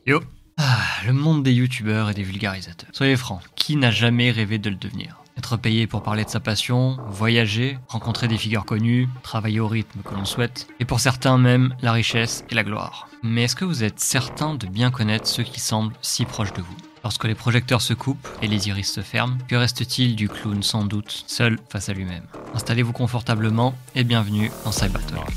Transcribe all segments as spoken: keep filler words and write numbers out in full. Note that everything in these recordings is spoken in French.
Yo. Ah, le monde des youtubeurs et des vulgarisateurs. Soyez francs, qui n'a jamais rêvé de le devenir? Être payé pour parler de sa passion, voyager, rencontrer des figures connues, travailler au rythme que l'on souhaite, et pour certains même, la richesse et la gloire. Mais est-ce que vous êtes certain de bien connaître ceux qui semblent si proches de vous? Lorsque les projecteurs se coupent et les iris se ferment, que reste-t-il du clown sans doute, seul face à lui-même? Installez-vous confortablement et bienvenue dans Cybertalk.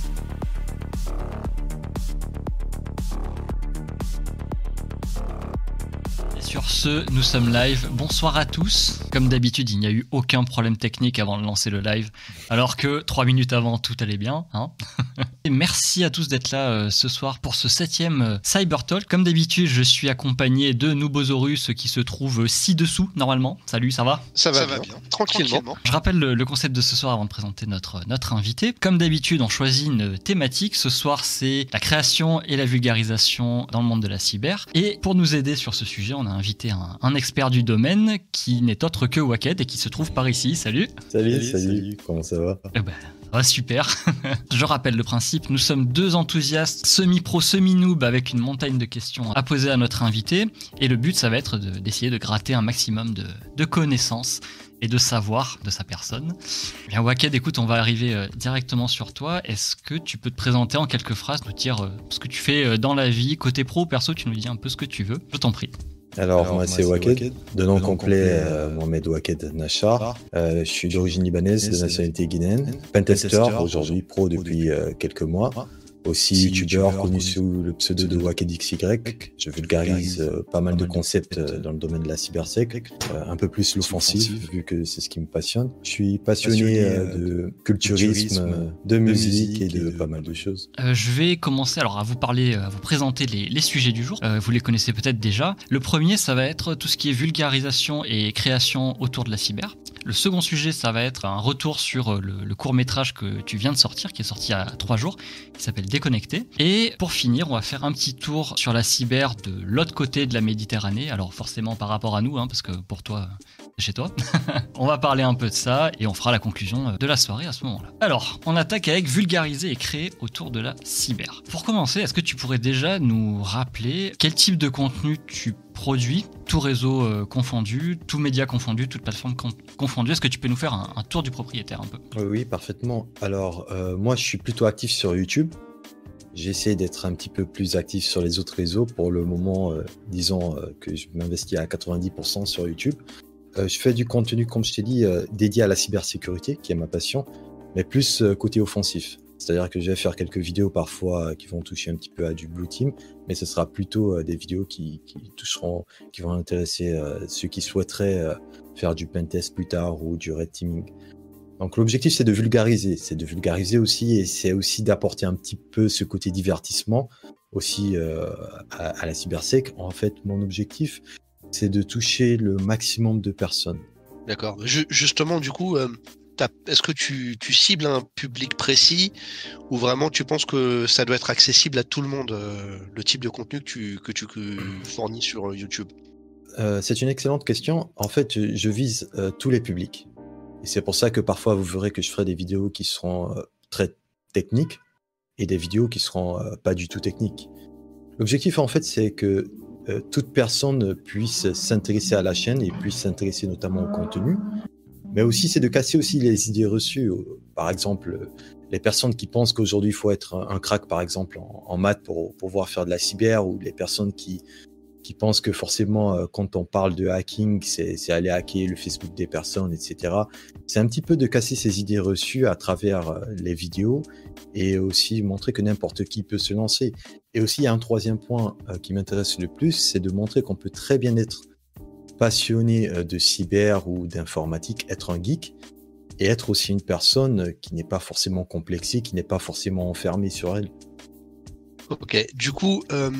Sur ce, nous sommes live. Bonsoir à tous. Comme d'habitude, il n'y a eu aucun problème technique avant de lancer le live, alors que trois minutes avant, tout allait bien. Hein. Et merci à tous d'être là euh, ce soir pour ce septième euh, Cybertalk. Comme d'habitude, je suis accompagné de Nubosaurus qui se trouve ci-dessous, normalement. Salut, ça va? Ça va, ça bien. va bien, tranquillement. tranquillement. Je rappelle le, le concept de ce soir avant de présenter notre, notre invité. Comme d'habitude, on choisit une thématique. Ce soir, c'est la création et la vulgarisation dans le monde de la cyber. Et pour nous aider sur ce sujet, on a invité un, un expert du domaine qui n'est autre que Waked et qui se trouve par ici. Salut. Salut, salut, salut. Comment ça va? Eh ben, ça va super. Je rappelle le principe, nous sommes deux enthousiastes semi-pro, semi-noob avec une montagne de questions à poser à notre invité. Et le but, ça va être de, d'essayer de gratter un maximum de, de connaissances et de savoir de sa personne. Bien, Waked, écoute, on va arriver euh, directement sur toi. Est-ce que tu peux te présenter en quelques phrases, nous dire euh, ce que tu fais euh, dans la vie, côté pro ou perso, tu nous dis un peu ce que tu veux. Je t'en prie. Alors, Alors moi, moi c'est Waked, Waked, de nom complet euh, Mohamed Waked Nachar. Euh, je suis d'origine libanaise, de nationalité guinéenne. Pentester, aujourd'hui pro depuis euh, quelques mois. Aussi youtubeur connu sous le pseudo de Waked X Y. Je vulgarise euh, pas mal de concepts euh, dans le domaine de la cybersec, euh, un peu plus l'offensive vu que c'est ce qui me passionne. Je suis passionné euh, de culturisme, de musique et de pas mal de choses. Euh, je vais commencer alors à vous parler, à vous présenter les, les sujets du jour. Euh, vous les connaissez peut-être déjà. Le premier, ça va être tout ce qui est vulgarisation et création autour de la cyber. Le second sujet, ça va être un retour sur le, le court-métrage que tu viens de sortir, qui est sorti il y a trois jours, qui s'appelle Déconnecté. Et pour finir, on va faire un petit tour sur la cyber de l'autre côté de la Méditerranée. Alors forcément par rapport à nous, hein, parce que pour toi, c'est chez toi. On va parler un peu de ça et on fera la conclusion de la soirée à ce moment-là. Alors, on attaque avec vulgariser et créer autour de la cyber. Pour commencer, est-ce que tu pourrais déjà nous rappeler quel type de contenu tu produis, tout réseau euh, confondu, tout média confondu, toute plateforme con- confondue? Est-ce que tu peux nous faire un, un tour du propriétaire un peu? Oui, oui, parfaitement. Alors, euh, moi, je suis plutôt actif sur YouTube. J'essaie d'être un petit peu plus actif sur les autres réseaux. Pour le moment, euh, disons euh, que je m'investis à quatre-vingt-dix pour cent sur YouTube. Euh, je fais du contenu, comme je t'ai dit, euh, dédié à la cybersécurité, qui est ma passion, mais plus euh, côté offensif. C'est-à-dire que je vais faire quelques vidéos parfois euh, qui vont toucher un petit peu à du blue team, mais ce sera plutôt euh, des vidéos qui, qui toucheront, qui vont intéresser euh, ceux qui souhaiteraient euh, faire du pentest plus tard ou du red teaming. Donc l'objectif, c'est de vulgariser, c'est de vulgariser aussi, et c'est aussi d'apporter un petit peu ce côté divertissement aussi euh, à, à la cybersec. En fait, mon objectif, c'est de toucher le maximum de personnes. D'accord. Ju- justement, du coup, euh, t'as- est-ce que tu, tu cibles un public précis ou vraiment tu penses que ça doit être accessible à tout le monde, euh, le type de contenu que tu, que tu que fournis sur YouTube? Euh, c'est une excellente question. En fait, je, je vise euh, tous les publics. Et c'est pour ça que parfois, vous verrez que je ferai des vidéos qui seront euh, très techniques et des vidéos qui seront euh, pas du tout techniques. L'objectif, en fait, c'est que euh, toute personne puisse s'intéresser à la chaîne et puisse s'intéresser notamment au contenu. Mais aussi, c'est de casser aussi les idées reçues. Par exemple, les personnes qui pensent qu'aujourd'hui, il faut être un crack, par exemple, en, en maths pour, pour pouvoir faire de la cyber, ou les personnes qui, qui pensent que forcément, euh, quand on parle de hacking, c'est, c'est aller hacker le Facebook des personnes, et cetera. C'est un petit peu de casser ces idées reçues à travers euh, les vidéos et aussi montrer que n'importe qui peut se lancer. Et aussi, il y a un troisième point euh, qui m'intéresse le plus, c'est de montrer qu'on peut très bien être passionné euh, de cyber ou d'informatique, être un geek, et être aussi une personne qui n'est pas forcément complexée, qui n'est pas forcément enfermée sur elle. Ok, du coup, euh,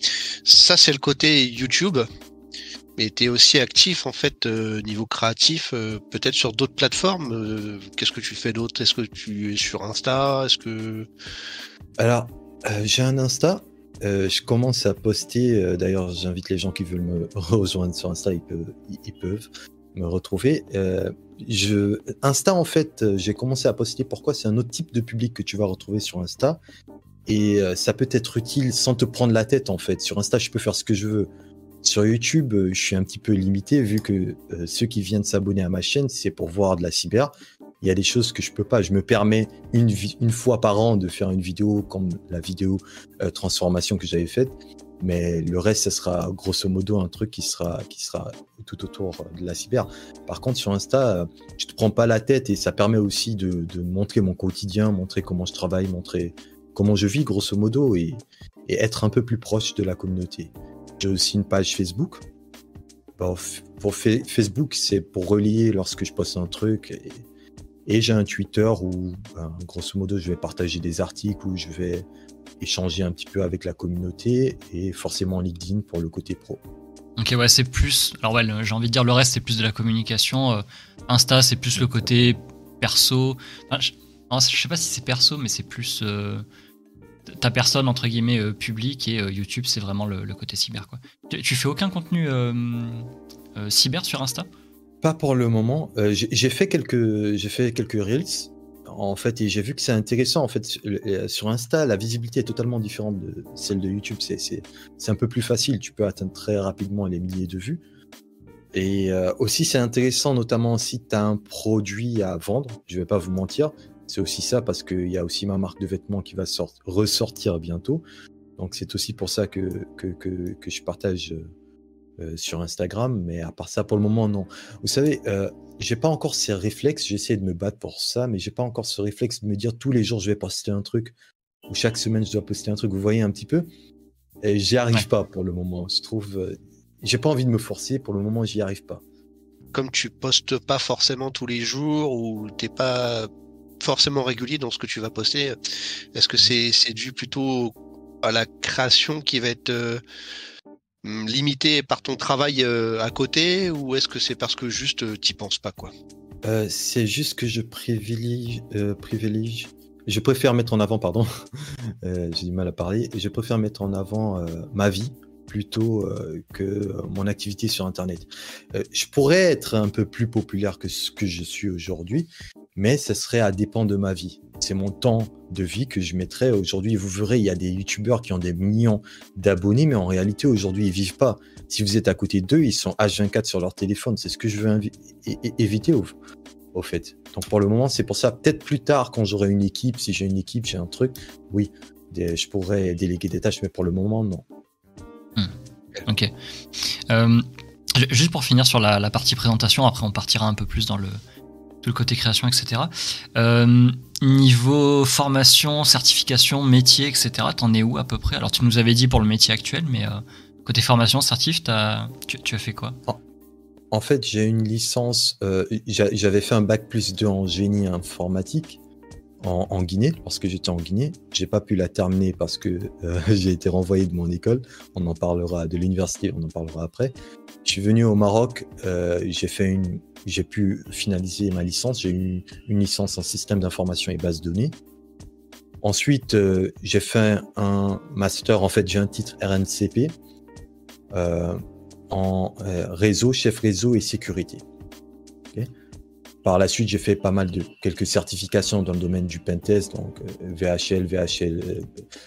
ça c'est le côté YouTube, mais tu es aussi actif en fait euh, niveau créatif, euh, peut-être sur d'autres plateformes. Euh, qu'est-ce que tu fais d'autre? Est-ce que tu es sur Insta? Est-ce que... Alors, euh, j'ai un Insta, euh, je commence à poster, euh, d'ailleurs j'invite les gens qui veulent me rejoindre sur Insta, ils peuvent, ils peuvent me retrouver. Euh, je... Insta en fait, j'ai commencé à poster, pourquoi? C'est un autre type de public que tu vas retrouver sur Insta. et euh, ça peut être utile sans te prendre la tête en fait. Sur Insta, je peux faire ce que je veux. Sur YouTube, euh, je suis un petit peu limité vu que euh, ceux qui viennent s'abonner à ma chaîne, c'est pour voir de la cyber. Il y a des choses que je peux pas. Je me permets une, vi- une fois par an de faire une vidéo comme la vidéo euh, transformation que j'avais faite. Mais le reste, ce sera grosso modo un truc qui sera, qui sera tout autour de la cyber. Par contre, sur Insta, euh, je te prends pas la tête et ça permet aussi de, de montrer mon quotidien, montrer comment je travaille, montrer comment je vis grosso modo et, et être un peu plus proche de la communauté. J'ai aussi une page Facebook. Bon, f- pour fa- Facebook, c'est pour relier lorsque je poste un truc. Et, et j'ai un Twitter où, ben, grosso modo, je vais partager des articles, où je vais échanger un petit peu avec la communauté, et forcément LinkedIn pour le côté pro. Ok, ouais, c'est plus. Alors, ouais, le- j'ai envie de dire le reste, c'est plus de la communication. Euh, Insta, c'est plus le côté perso. Enfin, je, non, je sais pas si c'est perso, mais c'est plus euh, ta personne, entre guillemets, euh, publique, et euh, YouTube, c'est vraiment le, le côté cyber, quoi. Tu, tu fais aucun contenu euh, euh, cyber sur Insta? Pas pour le moment. Euh, j'ai j'ai fait quelques, j'ai fait quelques reels, en fait, et j'ai vu que c'est intéressant. En fait, le- euh, sur Insta, la visibilité est totalement différente de celle de YouTube. C'est, c'est, c'est un peu plus facile. Tu peux atteindre très rapidement les milliers de vues. Et euh, aussi, c'est intéressant, notamment si tu as un produit à vendre. Je vais pas vous mentir. C'est aussi ça parce qu'il y a aussi ma marque de vêtements qui va sort- ressortir bientôt. Donc, c'est aussi pour ça que, que, que, que je partage euh, euh, sur Instagram. Mais à part ça, pour le moment, non. Vous savez, euh, j'ai pas encore ces réflexes. J'essaie de me battre pour ça, mais j'ai pas encore ce réflexe de me dire tous les jours, je vais poster un truc ou chaque semaine, je dois poster un truc. Vous voyez un petit peu? Et j'y arrive Ouais. pas pour le moment. Je trouve, euh, j'ai pas envie de me forcer. Pour le moment, j'y arrive pas. Comme tu postes pas forcément tous les jours ou t'es pas forcément régulier dans ce que tu vas poster, est-ce que c'est c'est dû plutôt à la création qui va être euh, hum, limitée par ton travail euh, à côté, ou est-ce que c'est parce que juste euh, t'y penses pas, quoi? Euh, c'est juste que je privilégie, euh, privilégie, je préfère mettre en avant, pardon, euh, j'ai du mal à parler, je préfère mettre en avant euh, ma vie plutôt euh, que euh, mon activité sur Internet. Euh, je pourrais être un peu plus populaire que ce que je suis aujourd'hui, mais ce serait à dépend de ma vie. C'est mon temps de vie que je mettrais aujourd'hui. Vous verrez, il y a des youtubeurs qui ont des millions d'abonnés, mais en réalité, aujourd'hui, ils vivent pas. Si vous êtes à côté d'eux, ils sont H vingt-quatre sur leur téléphone. C'est ce que je veux invi- é- é- éviter au, au fait. Donc pour le moment, c'est pour ça. Peut-être plus tard, quand j'aurai une équipe, si j'ai une équipe, j'ai un truc, oui, des- je pourrais déléguer des tâches, mais pour le moment, non. Ok. Euh, ju- juste pour finir sur la, la partie présentation, après on partira un peu plus dans le, tout le côté création, et cetera. Euh, niveau formation, certification, métier, et cetera, t'en es où à peu près? Alors tu nous avais dit pour le métier actuel, mais euh, côté formation, certif, t'as, tu, tu as fait quoi? En fait, j'ai une licence, euh, j'a- j'avais fait un bac plus deux en génie informatique en, en Guinée, lorsque j'étais en Guinée. J'ai pas pu la terminer parce que euh, j'ai été renvoyé de mon école. On en parlera de l'université, on en parlera après. Je suis venu au Maroc, euh, j'ai fait une, j'ai pu finaliser ma licence. J'ai eu une licence en système d'information et base de données. Ensuite, euh, j'ai fait un master. En fait, j'ai un titre R N C P euh, en euh, réseau, chef réseau et sécurité. Ok. Par la suite, j'ai fait pas mal de quelques certifications dans le domaine du pentest, donc euh, V H L, V H L, euh,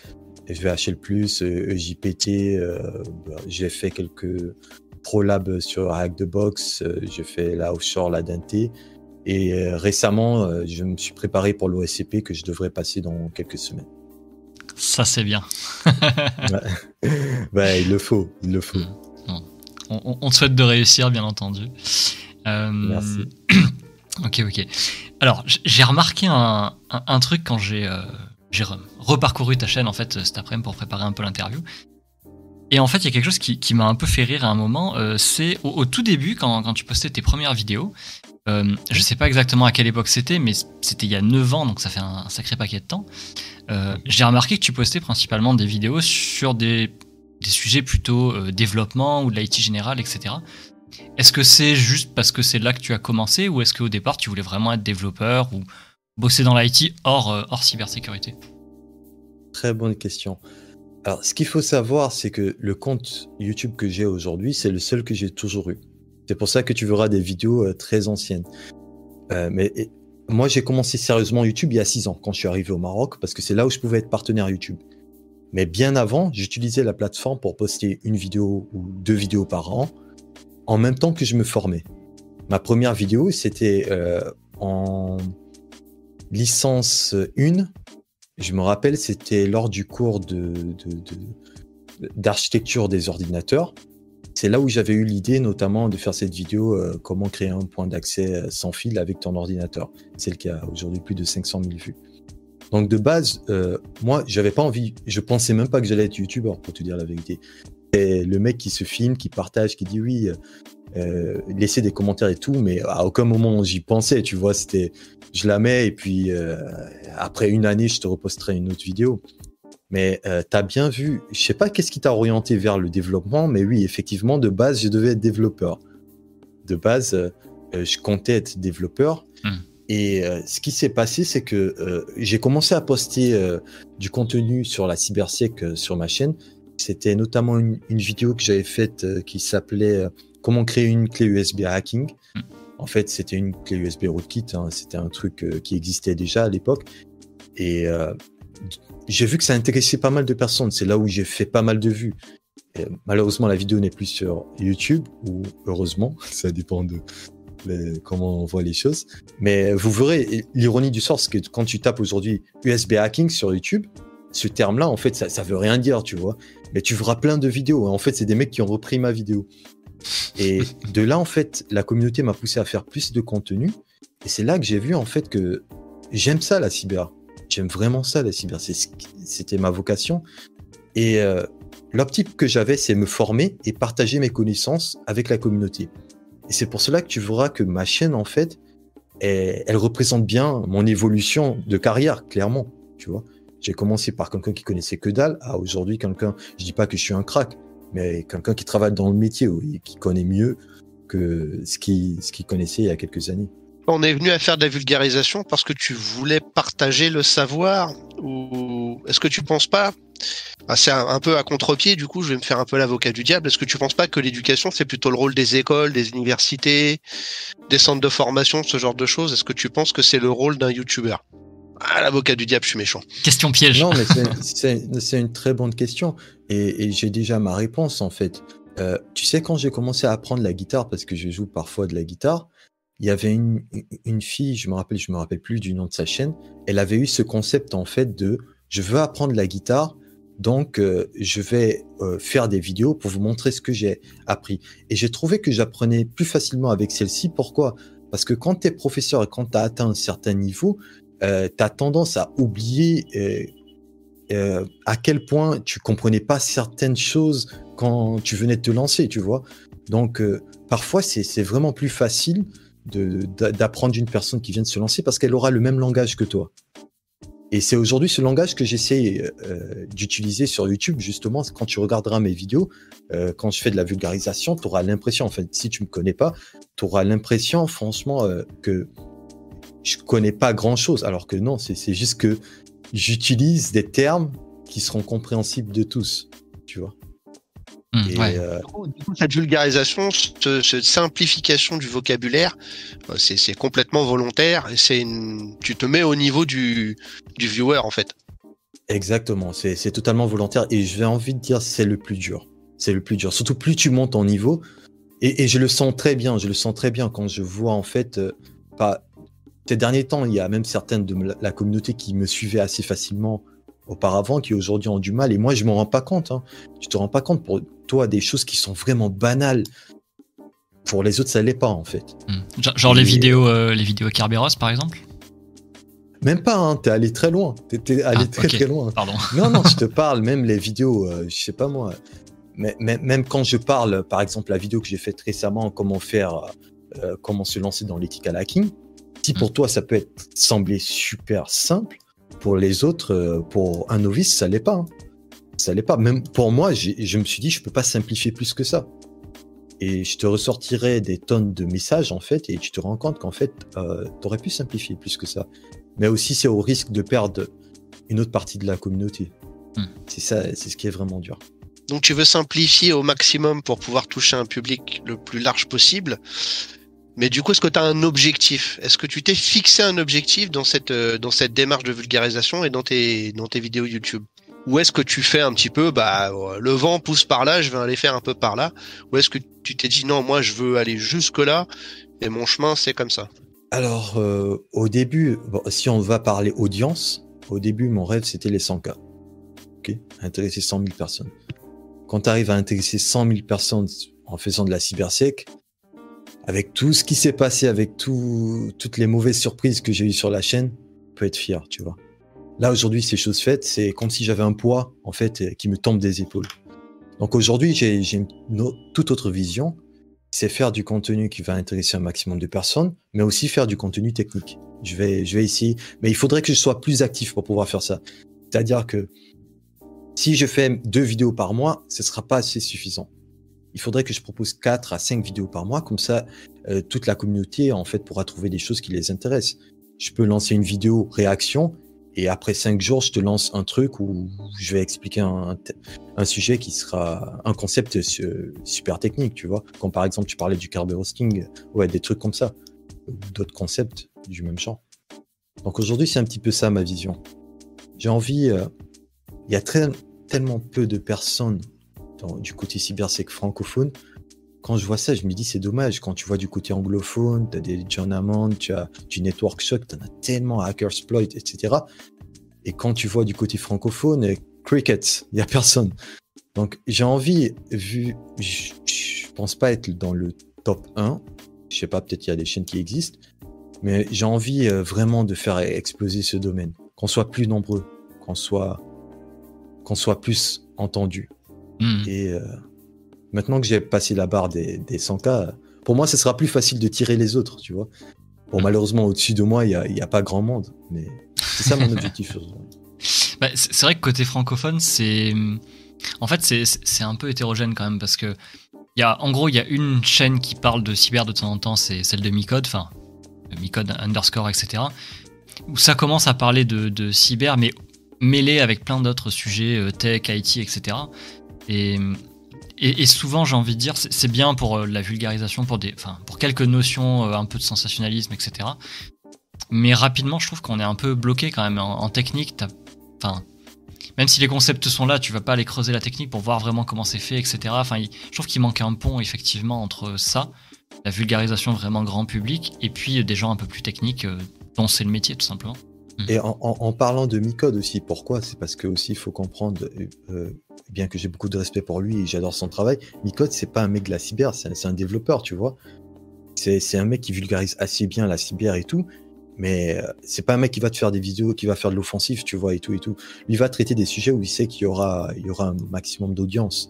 V H L plus, euh, E J P T. Euh, bah, j'ai fait quelques ProLab sur Hack the Box. Euh, j'ai fait la offshore, la Dante. Et euh, récemment, euh, je me suis préparé pour l'O S C P que je devrais passer dans quelques semaines. Ça c'est bien. Ouais. Ouais, il le faut, il le faut. Bon. On, on- on te souhaite de réussir, bien entendu. Euh, Merci. Ok, ok. Alors, j- j'ai remarqué un, un- un truc quand j'ai euh, j'ai re- reparcouru ta chaîne en fait cet après-midi pour préparer un peu l'interview. Et en fait, il y a quelque chose qui, qui m'a un peu fait rire à un moment. euh, c'est au, au tout début, quand, quand tu postais tes premières vidéos. Euh, je sais pas exactement à quelle époque c'était, mais c'était il y a neuf ans, donc ça fait un, un sacré paquet de temps. Euh, j'ai remarqué que tu postais principalement des vidéos sur des, des sujets plutôt euh, développement ou de l'I T général, et cetera. Est-ce que c'est juste parce que c'est là que tu as commencé, ou est-ce qu'au départ tu voulais vraiment être développeur ou bosser dans l'I T hors, euh, hors cybersécurité? Très bonne question. Alors, ce qu'il faut savoir, c'est que le compte YouTube que j'ai aujourd'hui, c'est le seul que j'ai toujours eu. C'est pour ça que tu verras des vidéos euh, très anciennes. Euh, mais et, moi, j'ai commencé sérieusement YouTube il y a six ans, quand je suis arrivé au Maroc, parce que c'est là où je pouvais être partenaire YouTube. Mais bien avant, j'utilisais la plateforme pour poster une vidéo ou deux vidéos par an, en même temps que je me formais. Ma première vidéo, c'était euh, en licence un. Je me rappelle, c'était lors du cours de, de, de, d'architecture des ordinateurs. C'est là où j'avais eu l'idée, notamment, de faire cette vidéo euh, « Comment créer un point d'accès sans fil avec ton ordinateur ». Celle qui a aujourd'hui plus de cinq cent mille vues. Donc, de base, euh, moi, j'avais pas envie, je pensais même pas que j'allais être youtubeur, pour te dire la vérité. Et le mec qui se filme, qui partage, qui dit oui, euh, laissez des commentaires et tout, mais à aucun moment j'y pensais, tu vois, c'était, je la mets et puis euh, après une année, je te reposterai une autre vidéo. Mais euh, t'as bien vu, je sais pas qu'est-ce qui t'a orienté vers le développement, mais oui, effectivement, de base, je devais être développeur. De base, euh, je comptais être développeur. Mmh. Et euh, ce qui s'est passé, c'est que euh, j'ai commencé à poster euh, du contenu sur la cybersec euh, sur ma chaîne. C'était notamment une, une vidéo que j'avais faite euh, qui s'appelait euh, « Comment créer une clé U S B à hacking ». En fait, c'était une clé U S B rootkit, hein, c'était un truc euh, qui existait déjà à l'époque. Et euh, j'ai vu que ça intéressait pas mal de personnes. C'est là où j'ai fait pas mal de vues. Et, malheureusement, la vidéo n'est plus sur YouTube, ou heureusement, ça dépend de les, comment on voit les choses. Mais vous verrez, l'ironie du sort, c'est que quand tu tapes aujourd'hui U S B hacking sur YouTube, ce terme-là, en fait, ça, ça veut rien dire, tu vois. Mais tu verras plein de vidéos. En fait, c'est des mecs qui ont repris ma vidéo. Et de là, en fait, la communauté m'a poussé à faire plus de contenu. Et c'est là que j'ai vu, en fait, que j'aime ça, la cyber. J'aime vraiment ça, la cyber. C'est, c'était ma vocation. Et euh, l'optique que j'avais, c'est me former et partager mes connaissances avec la communauté. Et c'est pour cela que tu verras que ma chaîne, en fait, elle, elle représente bien mon évolution de carrière, clairement, tu vois. J'ai commencé par quelqu'un qui connaissait que dalle, à aujourd'hui quelqu'un, je dis pas que je suis un crack, mais quelqu'un qui travaille dans le métier, oui, qui connaît mieux que ce qu'il, ce qu'il connaissait il y a quelques années. On est venu à faire de la vulgarisation parce que tu voulais partager le savoir, ou est-ce que tu penses pas, ah, c'est un, un peu à contre-pied, du coup je vais me faire un peu l'avocat du diable, est-ce que tu penses pas que l'éducation c'est plutôt le rôle des écoles, des universités, des centres de formation, ce genre de choses? Est-ce que tu penses que c'est le rôle d'un youtubeur? Ah, l'avocat du diable, je suis méchant. Question piège. Non, mais c'est, c'est, c'est une très bonne question. Et, et j'ai déjà ma réponse, en fait. Euh, tu sais, quand j'ai commencé à apprendre la guitare, parce que je joue parfois de la guitare, il y avait une, une fille, je me rappelle, je me rappelle plus du nom de sa chaîne, elle avait eu ce concept, en fait, de je veux apprendre la guitare, donc euh, je vais euh, faire des vidéos pour vous montrer ce que j'ai appris. Et j'ai trouvé que j'apprenais plus facilement avec celle-ci. Pourquoi ? Parce que quand tu es professeur et quand tu as atteint un certain niveau, Euh, tu as tendance à oublier euh, euh, à quel point tu comprenais pas certaines choses quand tu venais de te lancer, tu vois. Donc, euh, parfois, c'est, c'est vraiment plus facile de, de, d'apprendre d'une personne qui vient de se lancer parce qu'elle aura le même langage que toi. Et c'est aujourd'hui ce langage que j'essaie euh, d'utiliser sur YouTube, justement. Quand tu regarderas mes vidéos, euh, quand je fais de la vulgarisation, tu auras l'impression, en fait, si tu me connais pas, tu auras l'impression, franchement, euh, que je connais pas grand chose, alors que non, c'est, c'est juste que j'utilise des termes qui seront compréhensibles de tous, tu vois. Mmh, et ouais. euh, Du coup, cette vulgarisation, cette, cette simplification du vocabulaire, c'est, c'est complètement volontaire et c'est une, tu te mets au niveau du, du viewer, en fait. Exactement, c'est, c'est totalement volontaire et je vais envie de dire c'est le plus dur. C'est le plus dur. Surtout plus tu montes en niveau et, et je le sens très bien, je le sens très bien quand je vois en fait, euh, pas. Ces derniers temps, il y a même certaines de la communauté qui me suivaient assez facilement auparavant, qui aujourd'hui ont du mal. Et moi, je m'en rends pas compte. Hein. Tu te rends pas compte pour toi des choses qui sont vraiment banales. Pour les autres, ça l'est pas en fait. Mmh. Genre et les vidéos, euh, les vidéos Kerberos, par exemple. Même pas. Hein. T'es allé très loin. T'es, t'es allé ah, très okay. très loin. Pardon. Non, non, je te parle même les vidéos. Euh, je sais pas moi. Mais, mais, même quand je parle, par exemple, la vidéo que j'ai faite récemment, comment faire, euh, comment se lancer dans l'éthical hacking. Si pour toi, ça peut être, sembler super simple, pour les autres, pour un novice, ça l'est pas. Hein. Ça l'est pas. Même pour moi, j'ai, je me suis dit, je peux pas simplifier plus que ça. Et je te ressortirais des tonnes de messages, en fait, et tu te rends compte qu'en fait, euh, tu aurais pu simplifier plus que ça. Mais aussi, c'est au risque de perdre une autre partie de la communauté. Mmh. C'est ça, c'est ce qui est vraiment dur. Donc, tu veux simplifier au maximum pour pouvoir toucher un public le plus large possible. Mais du coup, est-ce que tu as un objectif? Est-ce que tu t'es fixé un objectif dans cette, euh, dans cette démarche de vulgarisation et dans tes, dans tes vidéos YouTube? Ou est-ce que tu fais un petit peu, bah, le vent pousse par là, je vais aller faire un peu par là? Ou est-ce que tu t'es dit, non, moi, je veux aller jusque là et mon chemin, c'est comme ça? Alors, euh, au début, bon, si on va parler audience, au début, mon rêve, c'était les cent K. Ok, intéresser cent mille personnes. Quand tu arrives à intéresser cent mille personnes en faisant de la cybersec, avec tout ce qui s'est passé, avec tout, toutes les mauvaises surprises que j'ai eues sur la chaîne, on peut être fier, tu vois. Là, aujourd'hui, c'est chose faite, c'est comme si j'avais un poids, en fait, qui me tombe des épaules. Donc aujourd'hui, j'ai, j'ai une autre, toute autre vision, c'est faire du contenu qui va intéresser un maximum de personnes, mais aussi faire du contenu technique. Je vais, je vais essayer, mais il faudrait que je sois plus actif pour pouvoir faire ça. C'est-à-dire que si je fais deux vidéos par mois, ce ne sera pas assez suffisant. Il faudrait que je propose quatre à cinq vidéos par mois, comme ça, euh, toute la communauté, en fait, pourra trouver des choses qui les intéressent. Je peux lancer une vidéo réaction, et après cinq jours, je te lance un truc où je vais expliquer un, un sujet qui sera un concept super technique, tu vois. Comme par exemple, tu parlais du carb roasting, ouais, des trucs comme ça, ou d'autres concepts du même genre. Donc aujourd'hui, c'est un petit peu ça ma vision. J'ai envie, il euh, y a très, tellement peu de personnes dans, du côté cybersec francophone. Quand je vois ça, je me dis c'est dommage. Quand tu vois du côté anglophone, tu as des John Hammond, tu as du Network Shock, tu en as tellement, Hackersploit, et cetera. Et quand tu vois du côté francophone, Cricket, il n'y a personne. Donc j'ai envie, vu, je, je pense pas être dans le top un, je sais pas, peut-être il y a des chaînes qui existent, mais j'ai envie euh, vraiment de faire exploser ce domaine, qu'on soit plus nombreux, qu'on soit, qu'on soit plus entendu. Mmh. Et euh, maintenant que j'ai passé la barre des, des cent K, pour moi, ce sera plus facile de tirer les autres, tu vois. Bon, malheureusement, au-dessus de moi, il n'y a, a pas grand monde, mais c'est ça mon objectif. Bah, c'est vrai que côté francophone, c'est... En fait, c'est, c'est un peu hétérogène quand même, parce que il y a, en gros, il y a une chaîne qui parle de cyber de temps en temps, c'est celle de Micode, enfin, Micode underscore, et cetera, où ça commence à parler de, de cyber, mais mêlé avec plein d'autres sujets, euh, tech, I T, et cetera. Et... Et, et souvent, j'ai envie de dire, c'est, c'est bien pour euh, la vulgarisation, pour, des, enfin, pour quelques notions, euh, un peu de sensationnalisme, et cetera. Mais rapidement, je trouve qu'on est un peu bloqué quand même. En, en technique, t'as, enfin, même si les concepts sont là, tu vas pas aller creuser la technique pour voir vraiment comment c'est fait, et cetera. Enfin, il, je trouve qu'il manque un pont, effectivement, entre ça, la vulgarisation vraiment grand public, et puis des gens un peu plus techniques, euh, dont c'est le métier, tout simplement. Et en, en, en parlant de Micode aussi, pourquoi? C'est parce que aussi il faut comprendre, euh, bien que j'ai beaucoup de respect pour lui et j'adore son travail, Micode c'est pas un mec de la cyber, c'est un, c'est un développeur, tu vois. C'est, c'est un mec qui vulgarise assez bien la cyber et tout, mais euh, c'est pas un mec qui va te faire des vidéos, qui va faire de l'offensif, tu vois, et tout et tout. Lui va traiter des sujets où il sait qu'il y aura, il y aura un maximum d'audience.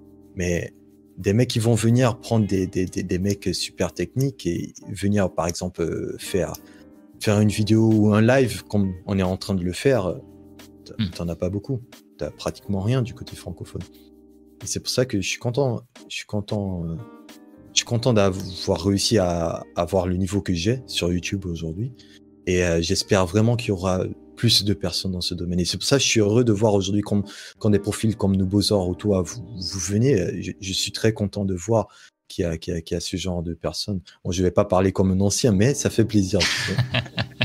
Mais des mecs qui vont venir prendre des, des, des, des mecs super techniques et venir par exemple euh, faire faire une vidéo ou un live comme on est en train de le faire, t'en as pas beaucoup. T'as pratiquement rien du côté francophone. Et c'est pour ça que je suis content, je suis content, euh, je suis content d'avoir réussi à avoir le niveau que j'ai sur YouTube aujourd'hui. Et euh, j'espère vraiment qu'il y aura plus de personnes dans ce domaine. Et c'est pour ça que je suis heureux de voir aujourd'hui quand, quand des profils comme Nubozor ou toi, vous, vous venez, je, je suis très content de voir Qui a, qui, a, qui a ce genre de personnes. Bon, je vais pas parler comme un ancien, mais ça fait plaisir. Tu vois.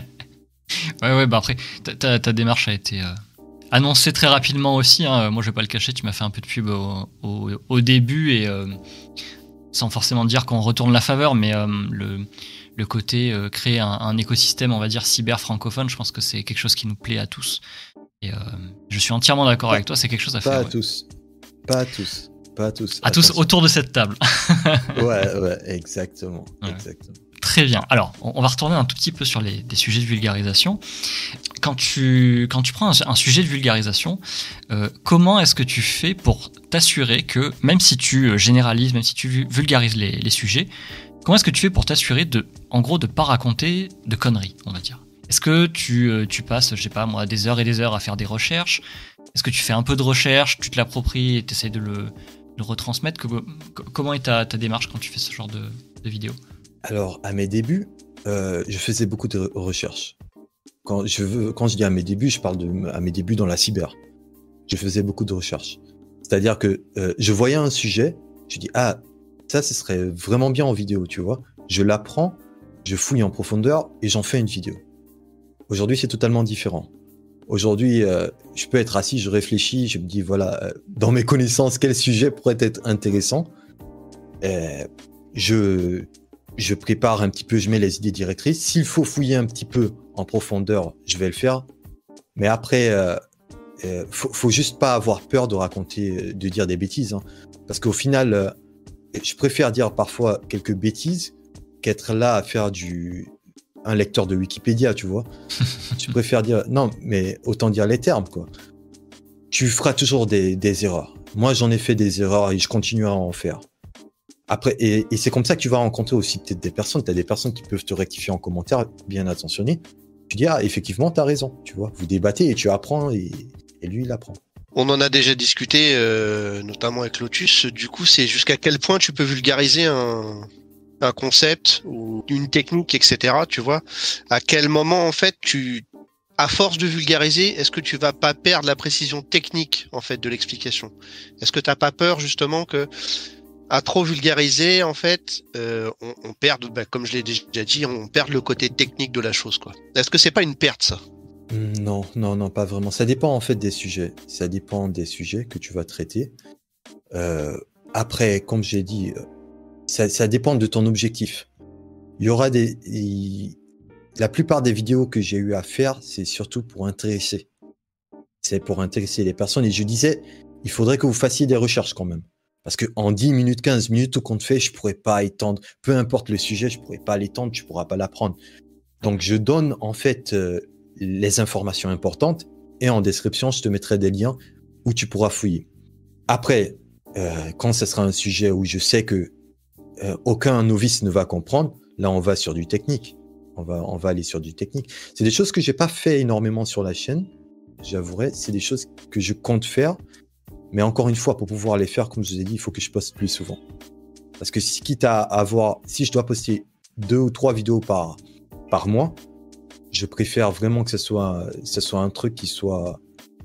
ouais, ouais, bah après, ta, ta démarche a été euh, annoncée très rapidement aussi. Hein. Moi, je vais pas le cacher, tu m'as fait un peu de pub au, au, au début, et euh, sans forcément dire qu'on retourne la faveur, mais euh, le, le côté euh, créer un, un écosystème, on va dire, cyber francophone, je pense que c'est quelque chose qui nous plaît à tous. Et euh, je suis entièrement d'accord pas, avec toi, c'est quelque chose à pas faire. À ouais. tous. Pas à tous. Pas à tous. À tous autour de cette table. ouais, ouais, exactement, ouais. exactement. Très bien. Alors, on va retourner un tout petit peu sur les des sujets de vulgarisation. Quand tu, quand tu prends un, un sujet de vulgarisation, euh, comment est-ce que tu fais pour t'assurer que, même si tu généralises, même si tu vulgarises les, les sujets, comment est-ce que tu fais pour t'assurer de, en gros, de pas raconter de conneries, on va dire? Est-ce que tu, tu passes, je sais pas moi, des heures et des heures à faire des recherches? Est-ce que tu fais un peu de recherche, tu te l'appropries et tu essaies de le le retransmettre? que, Comment est ta, ta démarche quand tu fais ce genre de, de vidéo? Alors, à mes débuts, euh, je faisais beaucoup de recherches. Quand je, veux, quand je dis à mes débuts, je parle de à mes débuts dans la cyber. Je faisais beaucoup de recherches. C'est-à-dire que euh, je voyais un sujet, je dis ah, ça, ce serait vraiment bien en vidéo, tu vois. je l'apprends, je fouille en profondeur et j'en fais une vidéo. Aujourd'hui, c'est totalement différent. Aujourd'hui, euh, je peux être assis, je réfléchis, je me dis, voilà, euh, dans mes connaissances, quel sujet pourrait être intéressant. Euh, je, je prépare un petit peu, je mets les idées directrices. S'il faut fouiller un petit peu en profondeur, je vais le faire. Mais après, euh, euh, faut, faut juste pas avoir peur de raconter, de dire des bêtises. Hein. Parce qu'au final, euh, je préfère dire parfois quelques bêtises qu'être là à faire du... un lecteur de Wikipédia, tu vois. Je préfère dire... Non, mais autant dire les termes, quoi. Tu feras toujours des, des erreurs. Moi, j'en ai fait des erreurs et je continue à en faire. Après, et, et c'est comme ça que tu vas rencontrer aussi peut-être des personnes. Tu as des personnes qui peuvent te rectifier en commentaire, bien attentionné. Tu dis, ah, effectivement, tu as raison, tu vois. Vous débattez et tu apprends et, et lui, il apprend. On en a déjà discuté, euh, notamment avec Lotus. Du coup, c'est jusqu'à quel point tu peux vulgariser un... un concept ou une technique, et cetera. Tu vois, à quel moment en fait tu, à force de vulgariser, est-ce que tu vas pas perdre la précision technique en fait de l'explication? Est-ce que t'as pas peur justement que à trop vulgariser en fait, euh, on, on perde, bah, comme je l'ai déjà dit, on perd le côté technique de la chose, quoi. Est-ce que c'est pas une perte ça? Non, non, non, pas vraiment. Ça dépend en fait des sujets. Ça dépend des sujets que tu vas traiter. Euh, après, comme j'ai dit. Ça, ça dépend de ton objectif. Il y aura des... Il, la plupart des vidéos que j'ai eu à faire, c'est surtout pour intéresser. C'est pour intéresser les personnes. Et je disais, il faudrait que vous fassiez des recherches quand même. Parce qu'en dix minutes, quinze minutes, tout compte fait, je ne pourrais pas étendre. Peu importe le sujet, je ne pourrais pas l'étendre, tu ne pourras pas l'apprendre. Donc, je donne en fait euh, les informations importantes. Et en description, je te mettrai des liens où tu pourras fouiller. Après, euh, quand ce sera un sujet où je sais que Euh, aucun novice ne va comprendre, là on va sur du technique. On va, on va aller sur du technique. C'est des choses que j'ai pas fait énormément sur la chaîne, j'avouerai. C'est des choses que je compte faire. Mais encore une fois, pour pouvoir les faire, comme je vous ai dit, il faut que je poste plus souvent. Parce que si, quitte à avoir, si je dois poster deux ou trois vidéos par, par mois, je préfère vraiment que ce soit, ce soit un truc qui soit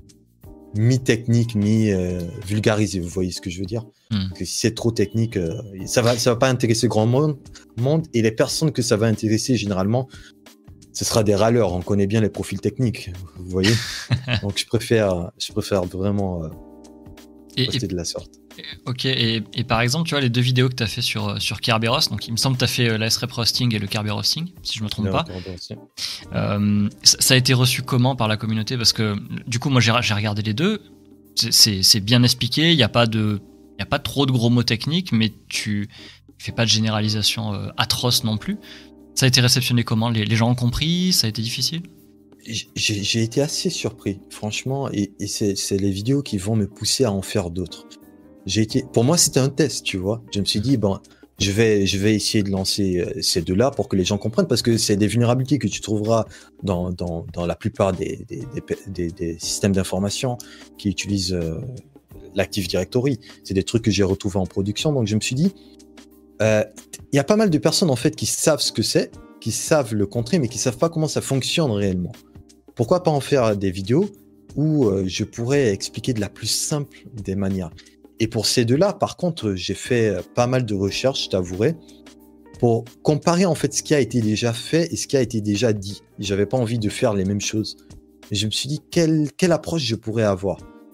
mi-technique, mi-vulgarisé. Vous voyez ce que je veux dire? Mm. Parce que si c'est trop technique, euh, ça va, ça va pas intéresser grand monde, monde. Et les personnes que ça va intéresser, généralement, ce sera des râleurs. On connaît bien les profils techniques, vous voyez. Donc, je préfère, je préfère vraiment euh, poster et, de la sorte. Ok, et, et par exemple, tu vois, les deux vidéos que tu as fait sur, sur Kerberos, donc il me semble que tu as fait la S R E P roasting et le Kerber roasting, si je me trompe non, pas. Euh, ça, ça a été reçu comment par la communauté? Parce que du coup, moi j'ai, j'ai regardé les deux, c'est, c'est, c'est bien expliqué, il n'y a pas de, il n'y a pas trop de gros mots techniques, mais tu ne fais pas de généralisation euh, atroce non plus. Ça a été réceptionné comment? les, les gens ont compris? Ça a été difficile? J'ai, j'ai été assez surpris, franchement, et, et c'est, c'est les vidéos qui vont me pousser à en faire d'autres. J'ai été, pour moi, c'était un test, tu vois. Je me suis dit, bon, je vais, je vais essayer de lancer ces deux-là pour que les gens comprennent, parce que c'est des vulnérabilités que tu trouveras dans, dans, dans la plupart des, des, des, des, des systèmes d'information qui utilisent euh, l'Active Directory. C'est des trucs que j'ai retrouvés en production, donc je me suis dit, il euh, y a pas mal de personnes en fait qui savent ce que c'est, qui savent le contrer, mais qui savent pas comment ça fonctionne réellement. Pourquoi pas en faire des vidéos où euh, je pourrais expliquer de la plus simple des manières. Et pour ces deux-là, par contre, j'ai fait pas mal de recherches, je t'avouerai, pour comparer en fait ce qui a été déjà fait et ce qui a été déjà dit. J'avais pas envie de faire les mêmes choses. Et je me suis dit, quelle, quelle approche je pourrais avoir?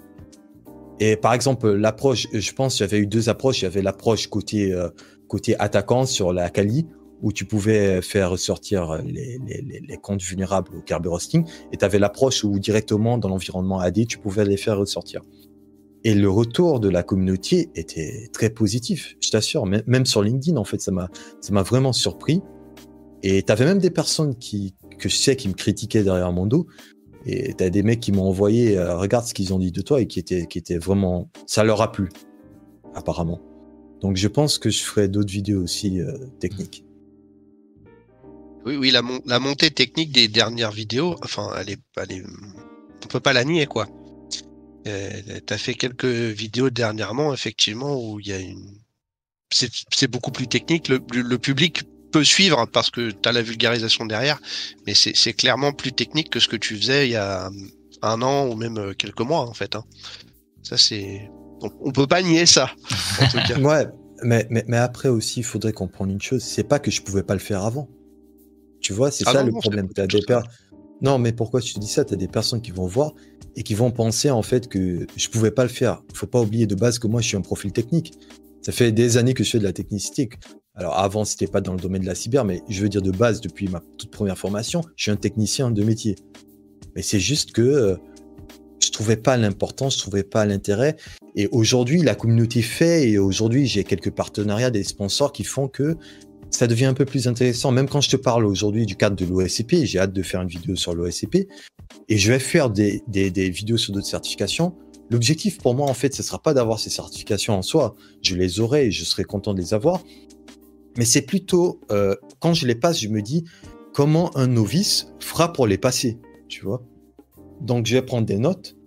Et par exemple, l'approche, je pense, j'avais eu deux approches. Il y avait l'approche côté, euh, côté attaquant sur la Kali, où tu pouvais faire ressortir les, les, les, les comptes vulnérables au Kerber roasting. Et tu avais l'approche où directement dans l'environnement A D, tu pouvais les faire ressortir. Et le retour de la communauté était très positif, je t'assure. Même sur LinkedIn, en fait, ça m'a, ça m'a vraiment surpris. Et t'avais même des personnes qui, que je sais qui me critiquaient derrière mon dos. Et t'as des mecs qui m'ont envoyé, euh, regarde ce qu'ils ont dit de toi, et qui étaient, qui étaient vraiment, ça leur a plu, apparemment. Donc je pense que je ferai d'autres vidéos aussi euh, techniques. Oui, oui, la, mon- la montée technique des dernières vidéos, enfin, elle est, elle est, on peut pas la nier, quoi. Euh, t'as fait quelques vidéos dernièrement, effectivement, où il y a une, c'est, c'est beaucoup plus technique. Le, le public peut suivre parce que t'as la vulgarisation derrière, mais c'est, c'est clairement plus technique que ce que tu faisais il y a un an ou même quelques mois, en fait. Hein. Ça, c'est, on, on peut pas nier ça. En tout cas. Ouais. mais, mais, mais après aussi, il faudrait comprendre une chose, c'est pas que je pouvais pas le faire avant. Tu vois, c'est Ah ça non, le non, problème. c'est T'as tout des ça. per- Non, mais pourquoi je te dis ça? Tu as des personnes qui vont voir et qui vont penser en fait que je pouvais pas le faire. Faut pas oublier de base que moi, je suis un profil technique. Ça fait des années que je fais de la technicité. Alors avant, c'était pas dans le domaine de la cyber, mais je veux dire de base, depuis ma toute première formation, je suis un technicien de métier. Mais c'est juste que euh, je trouvais pas l'importance, je trouvais pas l'intérêt. Et aujourd'hui, la communauté fait, et aujourd'hui, j'ai quelques partenariats, des sponsors qui font que ça devient un peu plus intéressant. Même quand je te parle aujourd'hui du cadre de l'O S C P, j'ai hâte de faire une vidéo sur l'O S C P, et je vais faire des, des, des vidéos sur d'autres certifications. L'objectif pour moi, en fait, ce ne sera pas d'avoir ces certifications en soi. Je les aurai et je serai content de les avoir. Mais c'est plutôt, euh, quand je les passe, je me dis comment un novice fera pour les passer, tu vois. Donc, je vais prendre des notes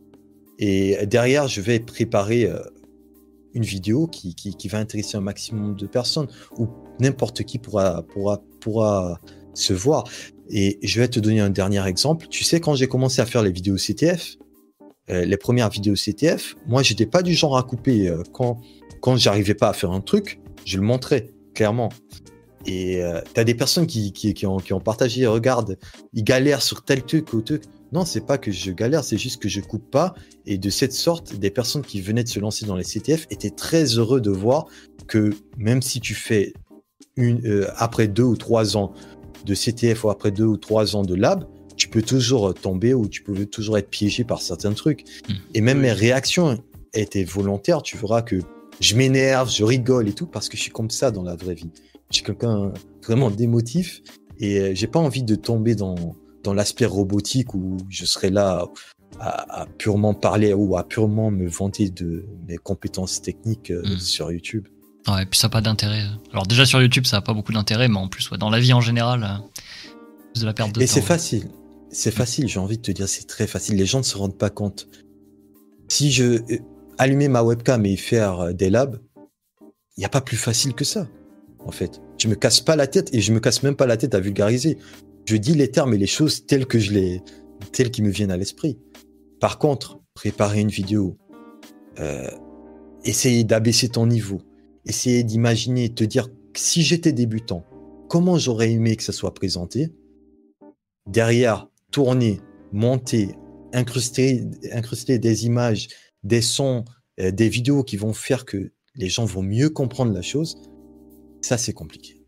et derrière, je vais préparer euh, une vidéo qui, qui, qui va intéresser un maximum de personnes où n'importe qui pourra, pourra, pourra se voir. Et je vais te donner un dernier exemple. Tu sais, quand j'ai commencé à faire les vidéos C T F, euh, les premières vidéos C T F, moi, j'étais pas du genre à couper. Euh, quand, quand j'arrivais pas à faire un truc, je le montrais, clairement. Et euh, tu as des personnes qui, qui, qui, ont, qui ont partagé, regarde, ils galèrent sur tel truc ou truc. Non, c'est pas que je galère, c'est juste que je coupe pas. Et de cette sorte, des personnes qui venaient de se lancer dans les C T F étaient très heureux de voir que même si tu fais une, euh, après deux ou trois ans de C T F ou après deux ou trois ans de lab, tu peux toujours tomber ou tu peux toujours être piégé par certains trucs. Mmh. Et même oui. Mes réactions étaient volontaires. Tu verras que je m'énerve, je rigole et tout parce que je suis comme ça dans la vraie vie. Je suis quelqu'un vraiment d'émotif et j'ai pas envie de tomber dans, dans l'aspect robotique où je serais là à, à purement parler ou à purement me vanter de mes compétences techniques mmh. sur YouTube. Ouais, et puis ça n'a pas d'intérêt. Alors déjà sur YouTube, ça n'a pas beaucoup d'intérêt, mais en plus, ouais, dans la vie en général, c'est de la perte de et temps. Et c'est facile. C'est facile, j'ai envie de te dire, c'est très facile. Les gens ne se rendent pas compte. Si je euh, allumais ma webcam et faire des labs, il n'y a pas plus facile que ça, en fait. Je me casse pas la tête et je me casse même pas la tête à vulgariser. Je dis les termes et les choses telles que je les, telles qui me viennent à l'esprit. Par contre, préparer une vidéo, euh, essayer d'abaisser ton niveau, essayer d'imaginer, te dire si j'étais débutant, comment j'aurais aimé que ça soit présenté. Derrière, tourner, monter, incruster, incruster des images, des sons, euh, des vidéos qui vont faire que les gens vont mieux comprendre la chose. Ça, c'est compliqué.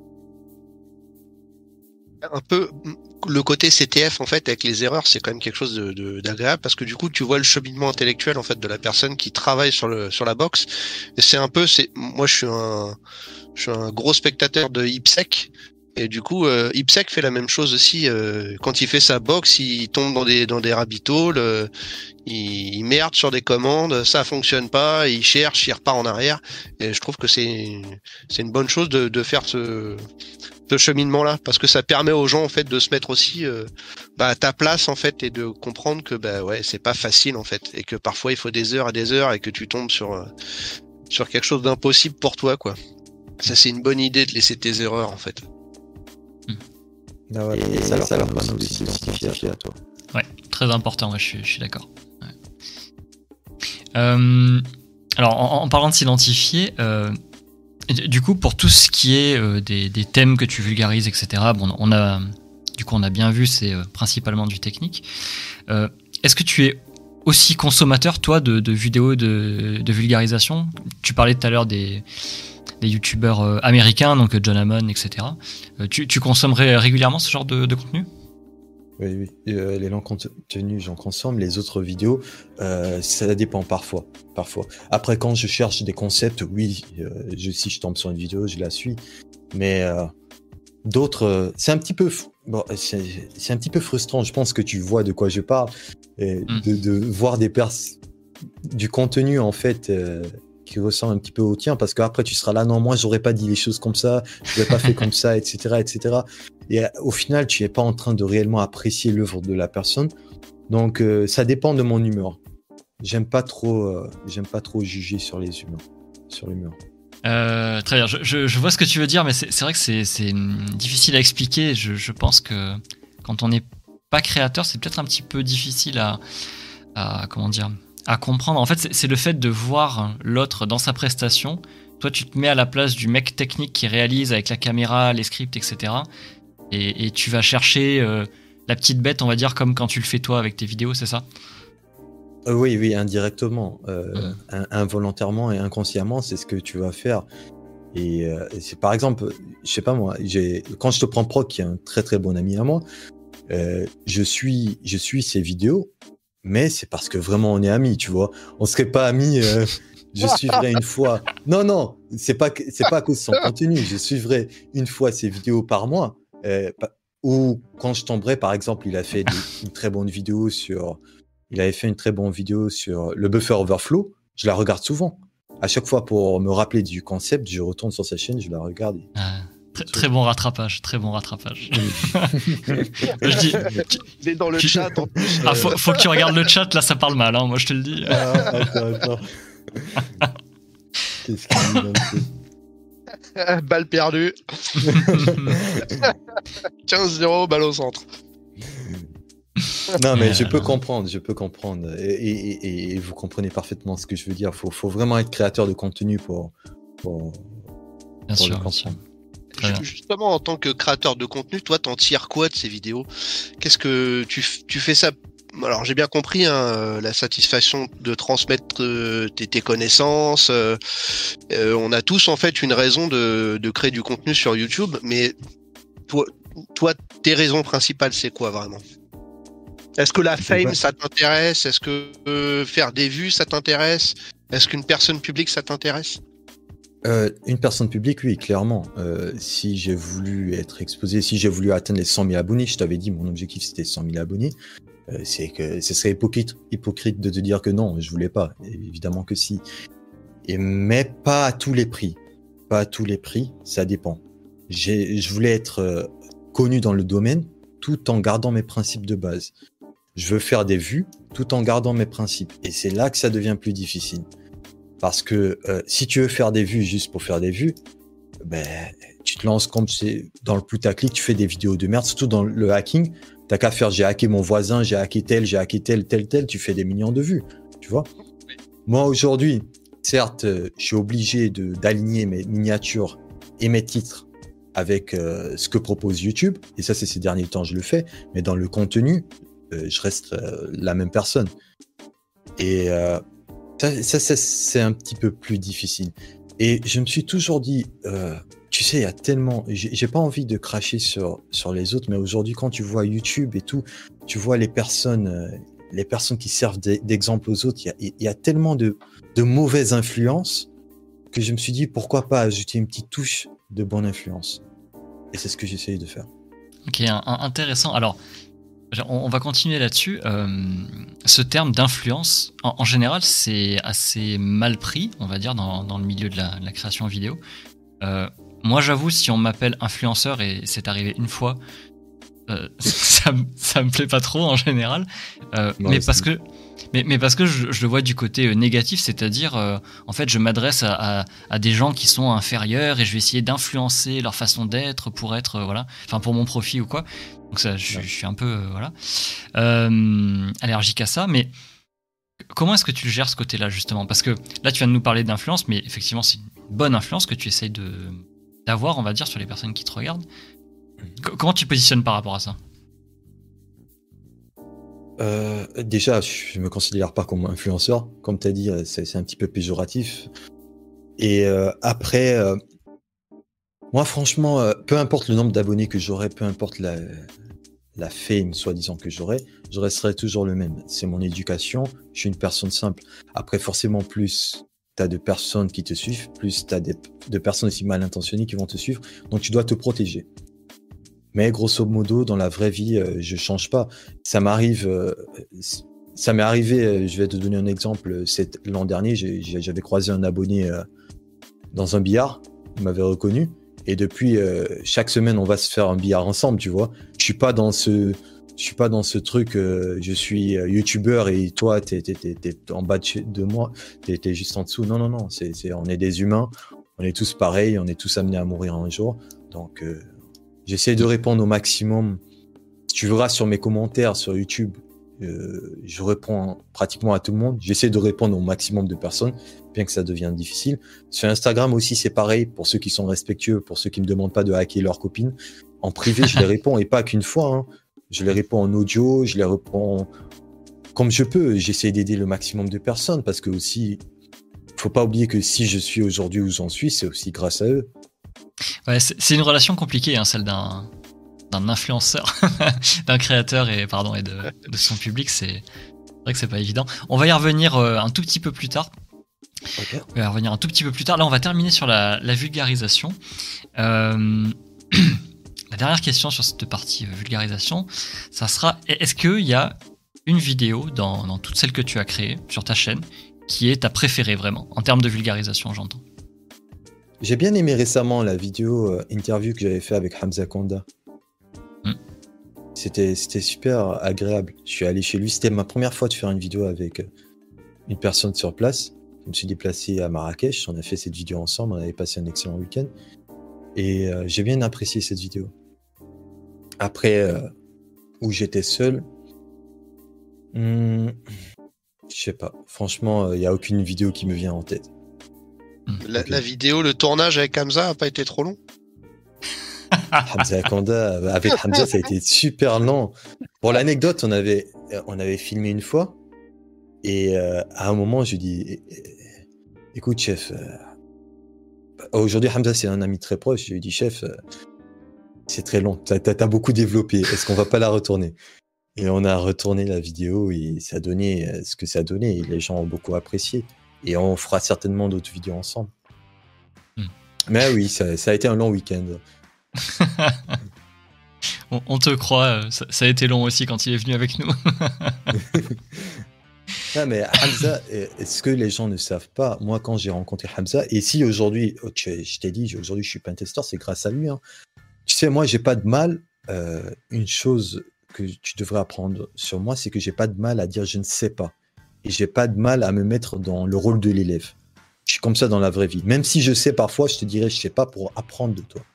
Un peu le côté C T F en fait avec les erreurs, c'est quand même quelque chose de, de, d'agréable parce que du coup tu vois le cheminement intellectuel en fait de la personne qui travaille sur le sur la box. Et c'est un peu, c'est moi je suis un je suis un gros spectateur de IPSEC. Et du coup, euh, IPSEC fait la même chose aussi. Euh, quand il fait sa box, il tombe dans des dans des rabbit holes, euh, il, il merde sur des commandes, ça fonctionne pas, il cherche, il repart en arrière. Et je trouve que c'est c'est une bonne chose de de faire ce ce cheminement-là, parce que ça permet aux gens en fait de se mettre aussi euh, bah, à ta place en fait et de comprendre que bah ouais c'est pas facile en fait et que parfois il faut des heures et des heures et que tu tombes sur euh, sur quelque chose d'impossible pour toi quoi. Ça c'est une bonne idée de laisser tes erreurs en fait. Ah ouais, et, et ça, ça leur permet aussi de s'identifier à toi. Ouais, très important, ouais, je, suis, je suis d'accord. Ouais. Euh, alors, en, en parlant de s'identifier, euh, du coup, pour tout ce qui est euh, des, des thèmes que tu vulgarises, et cetera, bon, on a, du coup, on a bien vu, c'est euh, principalement du technique. Euh, est-ce que tu es aussi consommateur, toi, de, de vidéos de, de vulgarisation ? Tu parlais tout à l'heure des... des youtubeurs euh, américains, donc John Hammond, et cetera. Euh, tu, tu consommerais régulièrement ce genre de, de contenu ? Oui, oui. Euh, les longs contenus, j'en consomme. Les autres vidéos, euh, ça dépend parfois, parfois. Après, quand je cherche des concepts, oui, euh, je, si je tombe sur une vidéo, je la suis. Mais euh, d'autres, euh, c'est un petit peu, bon, c'est, c'est un petit peu frustrant. Je pense que tu vois de quoi je parle, et mm. de, de voir des pers- du contenu en fait. Euh, qui ressemble un petit peu au tien, parce qu'après tu seras là, non, moi j'aurais pas dit les choses comme ça, je l'aurais pas fait comme ça, et cetera, et cetera. Et au final, tu es pas en train de réellement apprécier l'œuvre de la personne. Donc euh, ça dépend de mon humeur. J'aime pas trop, euh, j'aime pas trop juger sur les humeurs, sur l'humeur. Euh, très bien, je, je, je vois ce que tu veux dire, mais c'est, c'est vrai que c'est, c'est difficile à expliquer. Je, je pense que quand on n'est pas créateur, c'est peut-être un petit peu difficile à, à comment dire. à comprendre. En fait, c'est, c'est le fait de voir l'autre dans sa prestation toi, tu te mets à la place du mec technique qui réalise avec la caméra, les scripts, et cetera. Et, et tu vas chercher euh, la petite bête, on va dire, comme quand tu le fais toi avec tes vidéos, c'est ça? Euh, oui, oui, indirectement, euh, Mmh. in- involontairement et inconsciemment, c'est ce que tu vas faire. Et euh, c'est par exemple, je sais pas moi, j'ai quand je te prends Proc, qui est un très très bon ami à moi, euh, je suis je suis ses vidéos, mais c'est parce que vraiment on est amis, tu vois. On serait pas amis. euh, je suivrais une fois. Non, non, c'est pas que- c'est pas à cause de son contenu. Je suivrais une fois ses vidéos par mois. euh, pa- ou quand je tomberais, par exemple, il a fait des- une très bonne vidéo sur. Il avait fait une très bonne vidéo sur le buffer overflow. Je la regarde souvent. À chaque fois pour me rappeler du concept, je retourne sur sa chaîne, je la regarde. et- Ah, très, très bon rattrapage, très bon rattrapage. Oui. Je dis, Il est dans le Tu- chat en plus. ah, euh, faut, faut que tu regardes le chat, là ça parle mal, hein, moi je te le dis. Ah, attends, attends. Qu'est-ce qu'il dit dans le truc? balle perdue. quinze zéro, balle au centre. Non, mais je Euh, peux comprendre, je peux comprendre. Et, et- et- et vous comprenez parfaitement ce que je veux dire. Faut, faut vraiment être créateur de contenu pour, pour, Bien pour sûr, le bien sûr. comprendre. Très bien. Justement, en tant que créateur de contenu, toi, t'en tires quoi de ces vidéos? Qu'est-ce que tu, f- tu fais ça? Alors, j'ai bien compris hein, euh, la satisfaction de transmettre euh, tes, tes connaissances. euh, euh, on a tous en fait une raison de, de créer du contenu sur YouTube, mais toi, toi, tes raisons principales, c'est quoi vraiment? Est-ce que la fame, Ouais. ça t'intéresse? Est-ce que euh, faire des vues, ça t'intéresse? Est-ce qu'une personne publique, ça t'intéresse? Euh, une personne publique, oui, clairement. Euh, si j'ai voulu être exposé, si j'ai voulu atteindre les cent mille abonnés, je t'avais dit, mon objectif c'était cent mille abonnés. Euh, c'est que ce serait hypocrite, hypocrite de te dire que non, je voulais pas. Et évidemment que si. Et, mais pas à tous les prix. Pas à tous les prix, ça dépend. J'ai, je voulais être euh, connu dans le domaine tout en gardant mes principes de base. Je veux faire des vues tout en gardant mes principes. Et c'est là que ça devient plus difficile. Parce que euh, si tu veux faire des vues juste pour faire des vues, ben, tu te lances comme c'est dans le putaclic, tu fais des vidéos de merde, surtout dans le hacking. T'as qu'à faire, j'ai hacké mon voisin, j'ai hacké tel, j'ai hacké tel, tel, tel, tu fais des millions de vues, tu vois. Moi, aujourd'hui, certes, euh, je suis obligé de, d'aligner mes miniatures et mes titres avec euh, ce que propose YouTube. Et ça, c'est ces derniers temps, je le fais. Mais dans le contenu, euh, je reste euh, la même personne. Et euh, ça, ça, ça, c'est un petit peu plus difficile. Et je me suis toujours dit, euh, tu sais, il y a tellement... J'ai j'ai pas envie de cracher sur, sur les autres, mais aujourd'hui, quand tu vois YouTube et tout, tu vois les personnes, euh, les personnes qui servent d'e- d'exemple aux autres, il y a, il y a tellement de, de mauvaises influences que je me suis dit, pourquoi pas ajouter une petite touche de bonne influence. Et c'est ce que j'essaye de faire. Ok, un- un- intéressant. Alors, on, on va continuer là-dessus. Euh, ce terme d'influence, en, en général, c'est assez mal pris, on va dire, dans, dans le milieu de la, de la création vidéo. Euh, moi, j'avoue, si on m'appelle influenceur, et c'est arrivé une fois, euh, ça, me- ça me plaît pas trop en général. Euh, Moi mais aussi. parce que, mais, mais parce que je, je le vois du côté euh, négatif, c'est-à-dire, euh, en fait, je m'adresse à, à, à des gens qui sont inférieurs et je vais essayer d'influencer leur façon d'être pour être, euh, voilà, enfin pour mon profit ou quoi. Donc ça, je, Ouais. je suis un peu, euh, voilà, euh, allergique à ça. Mais comment est-ce que tu le gères ce côté-là justement? Parce que là, tu viens de nous parler d'influence, mais effectivement, c'est une bonne influence que tu essayes de d'avoir, on va dire, sur les personnes qui te regardent. Co- comment tu te positionnes par rapport à ça? Euh, déjà, je me considère pas comme influenceur. Comme tu as dit, euh, c'est c'est un petit peu péjoratif. Et euh, après, euh, moi, franchement, euh, peu importe le nombre d'abonnés que j'aurai, peu importe la, la fame, soi-disant, que j'aurai, je resterai toujours le même. C'est mon éducation. Je suis une personne simple. Après, forcément, plus tu as de personnes qui te suivent, plus tu as de personnes aussi mal intentionnées qui vont te suivre. Donc, tu dois te protéger. Mais grosso modo, dans la vraie vie, euh, je change pas. Ça m'arrive, euh, ça m'est arrivé, euh, je vais te donner un exemple. C'est l'an dernier, j'ai- j'ai- j'avais croisé un abonné euh, dans un billard, il m'avait reconnu. Et depuis, euh, chaque semaine, on va se faire un billard ensemble, tu vois. Je suis pas dans ce, je suis pas dans ce truc. euh, je suis euh, youtubeur et toi, t'es, t'es, t'es, t'es en bas de, chez- de moi, t'es, t'es juste en dessous. Non, non, non. C'est, c'est, on est des humains, on est tous pareils, on est tous amenés à mourir un jour. Donc euh, j'essaie de répondre au maximum. Si tu verras sur mes commentaires sur YouTube, Euh, je réponds pratiquement à tout le monde. J'essaie de répondre au maximum de personnes, bien que ça devienne difficile. Sur Instagram aussi, c'est pareil. Pour ceux qui sont respectueux, pour ceux qui me demandent pas de hacker leurs copines, en privé, je les réponds et pas qu'une fois. Hein. Je les réponds en audio, je les réponds comme je peux. J'essaie d'aider le maximum de personnes parce que aussi, faut pas oublier que si je suis aujourd'hui où j'en suis, c'est aussi grâce à eux. Ouais, c'est, c'est une relation compliquée, hein, celle d'un d'un influenceur, d'un créateur et pardon et de, de son public, c'est vrai que c'est pas évident. On va y revenir euh, un tout petit peu plus tard. Okay. On va y revenir un tout petit peu plus tard. Là, on va terminer sur la, la vulgarisation. Euh, la dernière question sur cette partie euh, vulgarisation, ça sera est-ce qu'il y a une vidéo dans, dans toutes celles que tu as créées sur ta chaîne qui est ta préférée vraiment en termes de vulgarisation, j'entends. J'ai bien aimé récemment la vidéo euh, interview que j'avais fait avec Hamza Konda. C'était, c'était super agréable. Je suis allé chez lui. C'était ma première fois de faire une vidéo avec une personne sur place. Je me suis déplacé à Marrakech. On a fait cette vidéo ensemble. On avait passé un excellent week-end. Et euh, j'ai bien apprécié cette vidéo. Après, euh, où j'étais seul, hmm, je sais pas. Franchement, il euh, n'y a aucune vidéo qui me vient en tête. La, okay. la vidéo, le tournage avec Hamza a pas été trop long? Hamza Konda, avec Hamza, ça a été super long. Pour l'anecdote, on avait, on avait filmé une fois et euh, à un moment, je lui dis écoute, chef, euh, aujourd'hui, Hamza, c'est un ami très proche. Je lui dis chef, euh, c'est très long, t'as, t'as beaucoup développé, est-ce qu'on va pas la retourner? Et on a retourné la vidéo et ça a donné ce que ça a donné et les gens ont beaucoup apprécié. Et on fera certainement d'autres vidéos ensemble. Hmm. Mais oui, ça, ça a été un long week-end. on, on te croit, ça, ça a été long aussi quand il est venu avec nous. Non, mais Hamza, ce que les gens ne savent pas, moi quand j'ai rencontré Hamza, et si aujourd'hui, je t'ai dit, aujourd'hui je suis pentester, c'est grâce à lui. Hein. Tu sais, moi j'ai pas de mal, euh, une chose que tu devrais apprendre sur moi, c'est que j'ai pas de mal à dire je ne sais pas. Et j'ai pas de mal à me mettre dans le rôle de l'élève. Je suis comme ça dans la vraie vie. Même si je sais parfois, je te dirais je sais pas pour apprendre de toi.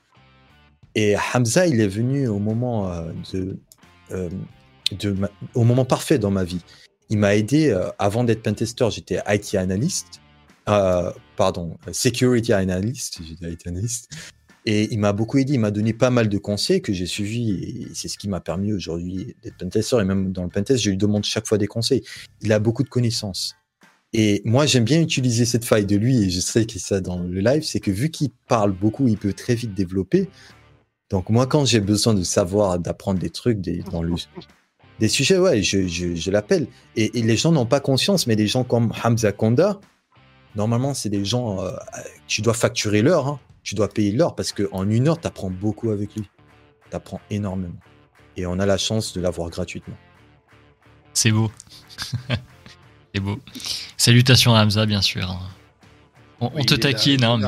Et Hamza, il est venu au moment euh, de, euh, de ma, au moment parfait dans ma vie. Il m'a aidé euh, avant d'être pentester, j'étais I T analyst, euh, pardon, security analyst, j'étais I T analyst. Et il m'a beaucoup aidé, il m'a donné pas mal de conseils que j'ai suivis et c'est ce qui m'a permis aujourd'hui d'être pentester. Et même dans le pentest, je lui demande chaque fois des conseils. Il a beaucoup de connaissances. Et moi, j'aime bien utiliser cette faille de lui et je sais que ça dans le live, c'est que vu qu'il parle beaucoup, il peut très vite développer. Donc moi, quand j'ai besoin de savoir, d'apprendre des trucs des, dans le, des sujets, ouais, je, je, je l'appelle. Et, et les gens n'ont pas conscience, mais des gens comme Hamza Konda, normalement, c'est des gens, euh, tu dois facturer l'heure, hein. Tu dois payer l'heure parce qu'en une heure, tu apprends beaucoup avec lui. Tu apprends énormément. Et on a la chance de l'avoir gratuitement. C'est beau. C'est beau. Salutations à Hamza, bien sûr. On, oui, on te taquine, hein,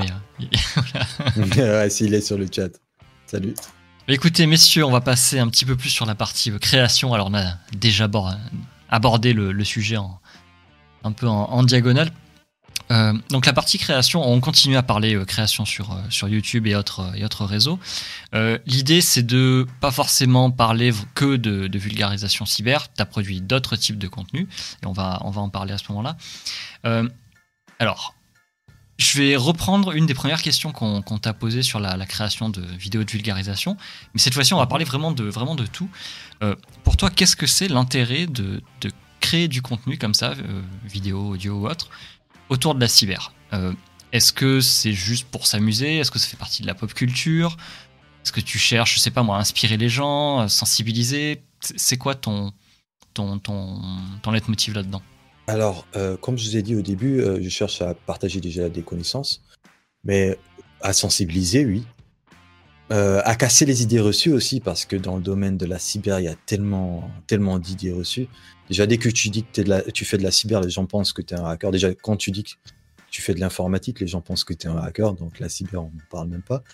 mais... ouais, s'il est sur le chat. Salut. Écoutez, messieurs, on va passer un petit peu plus sur la partie création. Alors, on a déjà abordé le, le sujet en, un peu en, en diagonale. Euh, donc la partie création, on continue à parler euh, création sur, euh, sur YouTube et autres, euh, et autres réseaux. Euh, l'idée, c'est de pas forcément parler que de, de vulgarisation cyber. Tu as produit d'autres types de contenus et on va, on va en parler à ce moment-là. Euh, alors, je vais reprendre une des premières questions qu'on, qu'on t'a posées sur la, la création de vidéos de vulgarisation. Mais cette fois-ci, on va parler vraiment de, vraiment de tout. Euh, pour toi, qu'est-ce que c'est l'intérêt de, de créer du contenu comme ça, euh, vidéo, audio ou autre, autour de la cyber? euh, Est-ce que c'est juste pour s'amuser? Est-ce que ça fait partie de la pop culture? Est-ce que tu cherches, je sais pas moi, à inspirer les gens, à sensibiliser? C'est quoi ton, ton, ton, ton leitmotiv là-dedans? Alors, euh, comme je vous ai dit au début, euh, je cherche à partager déjà des connaissances, mais à sensibiliser, oui. Euh, à casser les idées reçues aussi, parce que dans le domaine de la cyber, il y a tellement, tellement d'idées reçues. Déjà, dès que tu dis que t'es de la, tu fais de la cyber, les gens pensent que tu es un hacker. Déjà, quand tu dis que tu fais de l'informatique, les gens pensent que tu es un hacker. Donc, la cyber, on n'en parle même pas.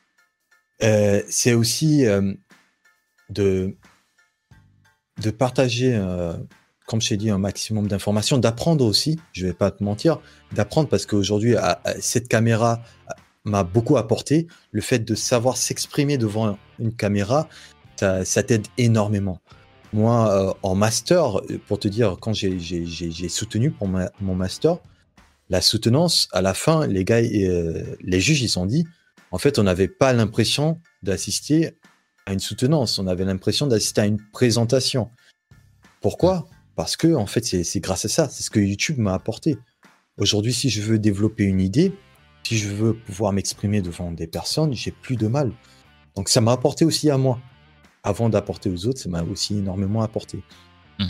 Euh, c'est aussi euh, de, de partager, euh, comme je t'ai dit, un maximum d'informations, d'apprendre aussi, je ne vais pas te mentir, d'apprendre parce qu'aujourd'hui, à, à, cette caméra m'a beaucoup apporté. Le fait de savoir s'exprimer devant une caméra, ça, ça t'aide énormément. Moi, euh, en master, pour te dire, quand j'ai, j'ai, j'ai, j'ai soutenu pour ma, mon master, la soutenance, à la fin, les gars, euh, les juges, ils ont dit, en fait, on n'avait pas l'impression d'assister à une soutenance, on avait l'impression d'assister à une présentation. Pourquoi ? Parce que, en fait, c'est, c'est grâce à ça, c'est ce que YouTube m'a apporté. Aujourd'hui, si je veux développer une idée, si je veux pouvoir m'exprimer devant des personnes, j'ai plus de mal. Donc, ça m'a apporté aussi à moi. Avant d'apporter aux autres, ça m'a aussi énormément apporté. Mmh.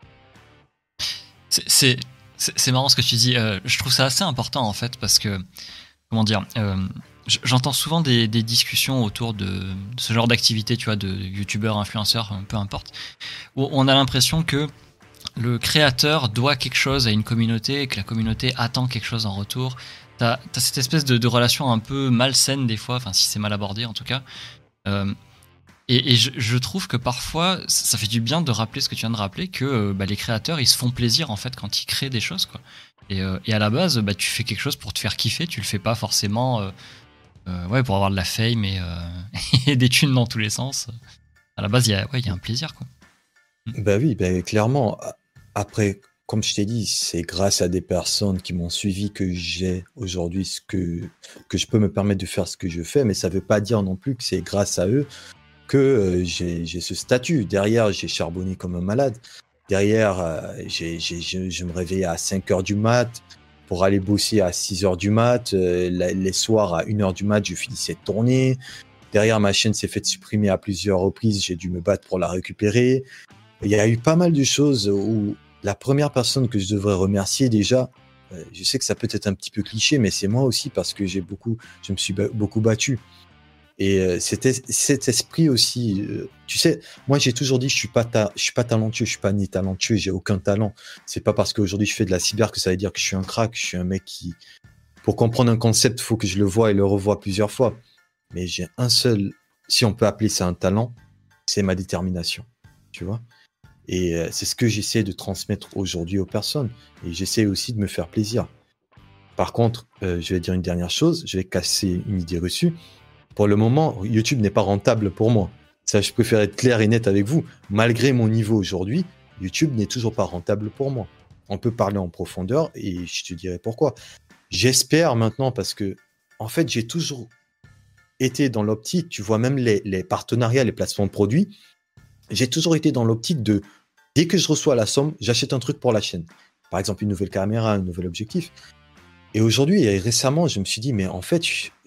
C'est, c'est, c'est, c'est marrant ce que tu dis. Euh, je trouve ça assez important, en fait, parce que, comment dire, euh, j'entends souvent des, des discussions autour de, de ce genre d'activité, tu vois, de youtubeurs, influenceurs, peu importe, où on a l'impression que le créateur doit quelque chose à une communauté et que la communauté attend quelque chose en retour. T'as, t'as cette espèce de, de relation un peu malsaine des fois, enfin si c'est mal abordé en tout cas. Euh, et et je, je trouve que parfois, ça fait du bien de rappeler ce que tu viens de rappeler, que euh, bah, les créateurs, ils se font plaisir en fait quand ils créent des choses, quoi. Et, euh, et à la base, bah, tu fais quelque chose pour te faire kiffer, tu le fais pas forcément euh, euh, ouais, pour avoir de la fame et, euh, et des thunes dans tous les sens. À la base, il y a, ouais, y a un plaisir, quoi. Bah oui, bah, clairement. Après, comme je t'ai dit, c'est grâce à des personnes qui m'ont suivi que j'ai aujourd'hui ce que, que je peux me permettre de faire ce que je fais, mais ça veut pas dire non plus que c'est grâce à eux que euh, j'ai, j'ai ce statut. Derrière, j'ai charbonné comme un malade. Derrière, euh, j'ai, j'ai, je, je me réveillais à cinq heures du mat pour aller bosser à six heures du mat. Euh, la- les soirs, à une heure du mat, je finissais de tourner. Derrière, ma chaîne s'est faite supprimer à plusieurs reprises. J'ai dû me battre pour la récupérer. Il y a eu pas mal de choses où la première personne que je devrais remercier déjà, euh, je sais que ça peut être un petit peu cliché, mais c'est moi aussi parce que j'ai beaucoup, je me suis ba- beaucoup battu. Et euh, c'était cet esprit aussi. Euh, tu sais, moi j'ai toujours dit je suis pas ta, je suis pas talentueux, je suis pas ni talentueux, j'ai aucun talent. C'est pas parce qu'aujourd'hui je fais de la cyber que ça veut dire que je suis un crack. Je suis un mec qui, pour comprendre un concept, faut que je le vois et le revoie plusieurs fois. Mais j'ai un seul, si on peut appeler ça un talent, c'est ma détermination. Tu vois. Et euh, c'est ce que j'essaie de transmettre aujourd'hui aux personnes. Et j'essaie aussi de me faire plaisir. Par contre, euh, je vais dire une dernière chose, je vais casser une idée reçue. Pour le moment, YouTube n'est pas rentable pour moi. Ça, je préfère être clair et net avec vous. Malgré mon niveau aujourd'hui, YouTube n'est toujours pas rentable pour moi. On peut parler en profondeur et je te dirai pourquoi. J'espère maintenant parce que, en fait, j'ai toujours été dans l'optique, tu vois, même les, les partenariats, les placements de produits, j'ai toujours été dans l'optique de, dès que je reçois la somme, j'achète un truc pour la chaîne. Par exemple, une nouvelle caméra, un nouvel objectif. Et aujourd'hui, et récemment, je me suis dit, mais en fait,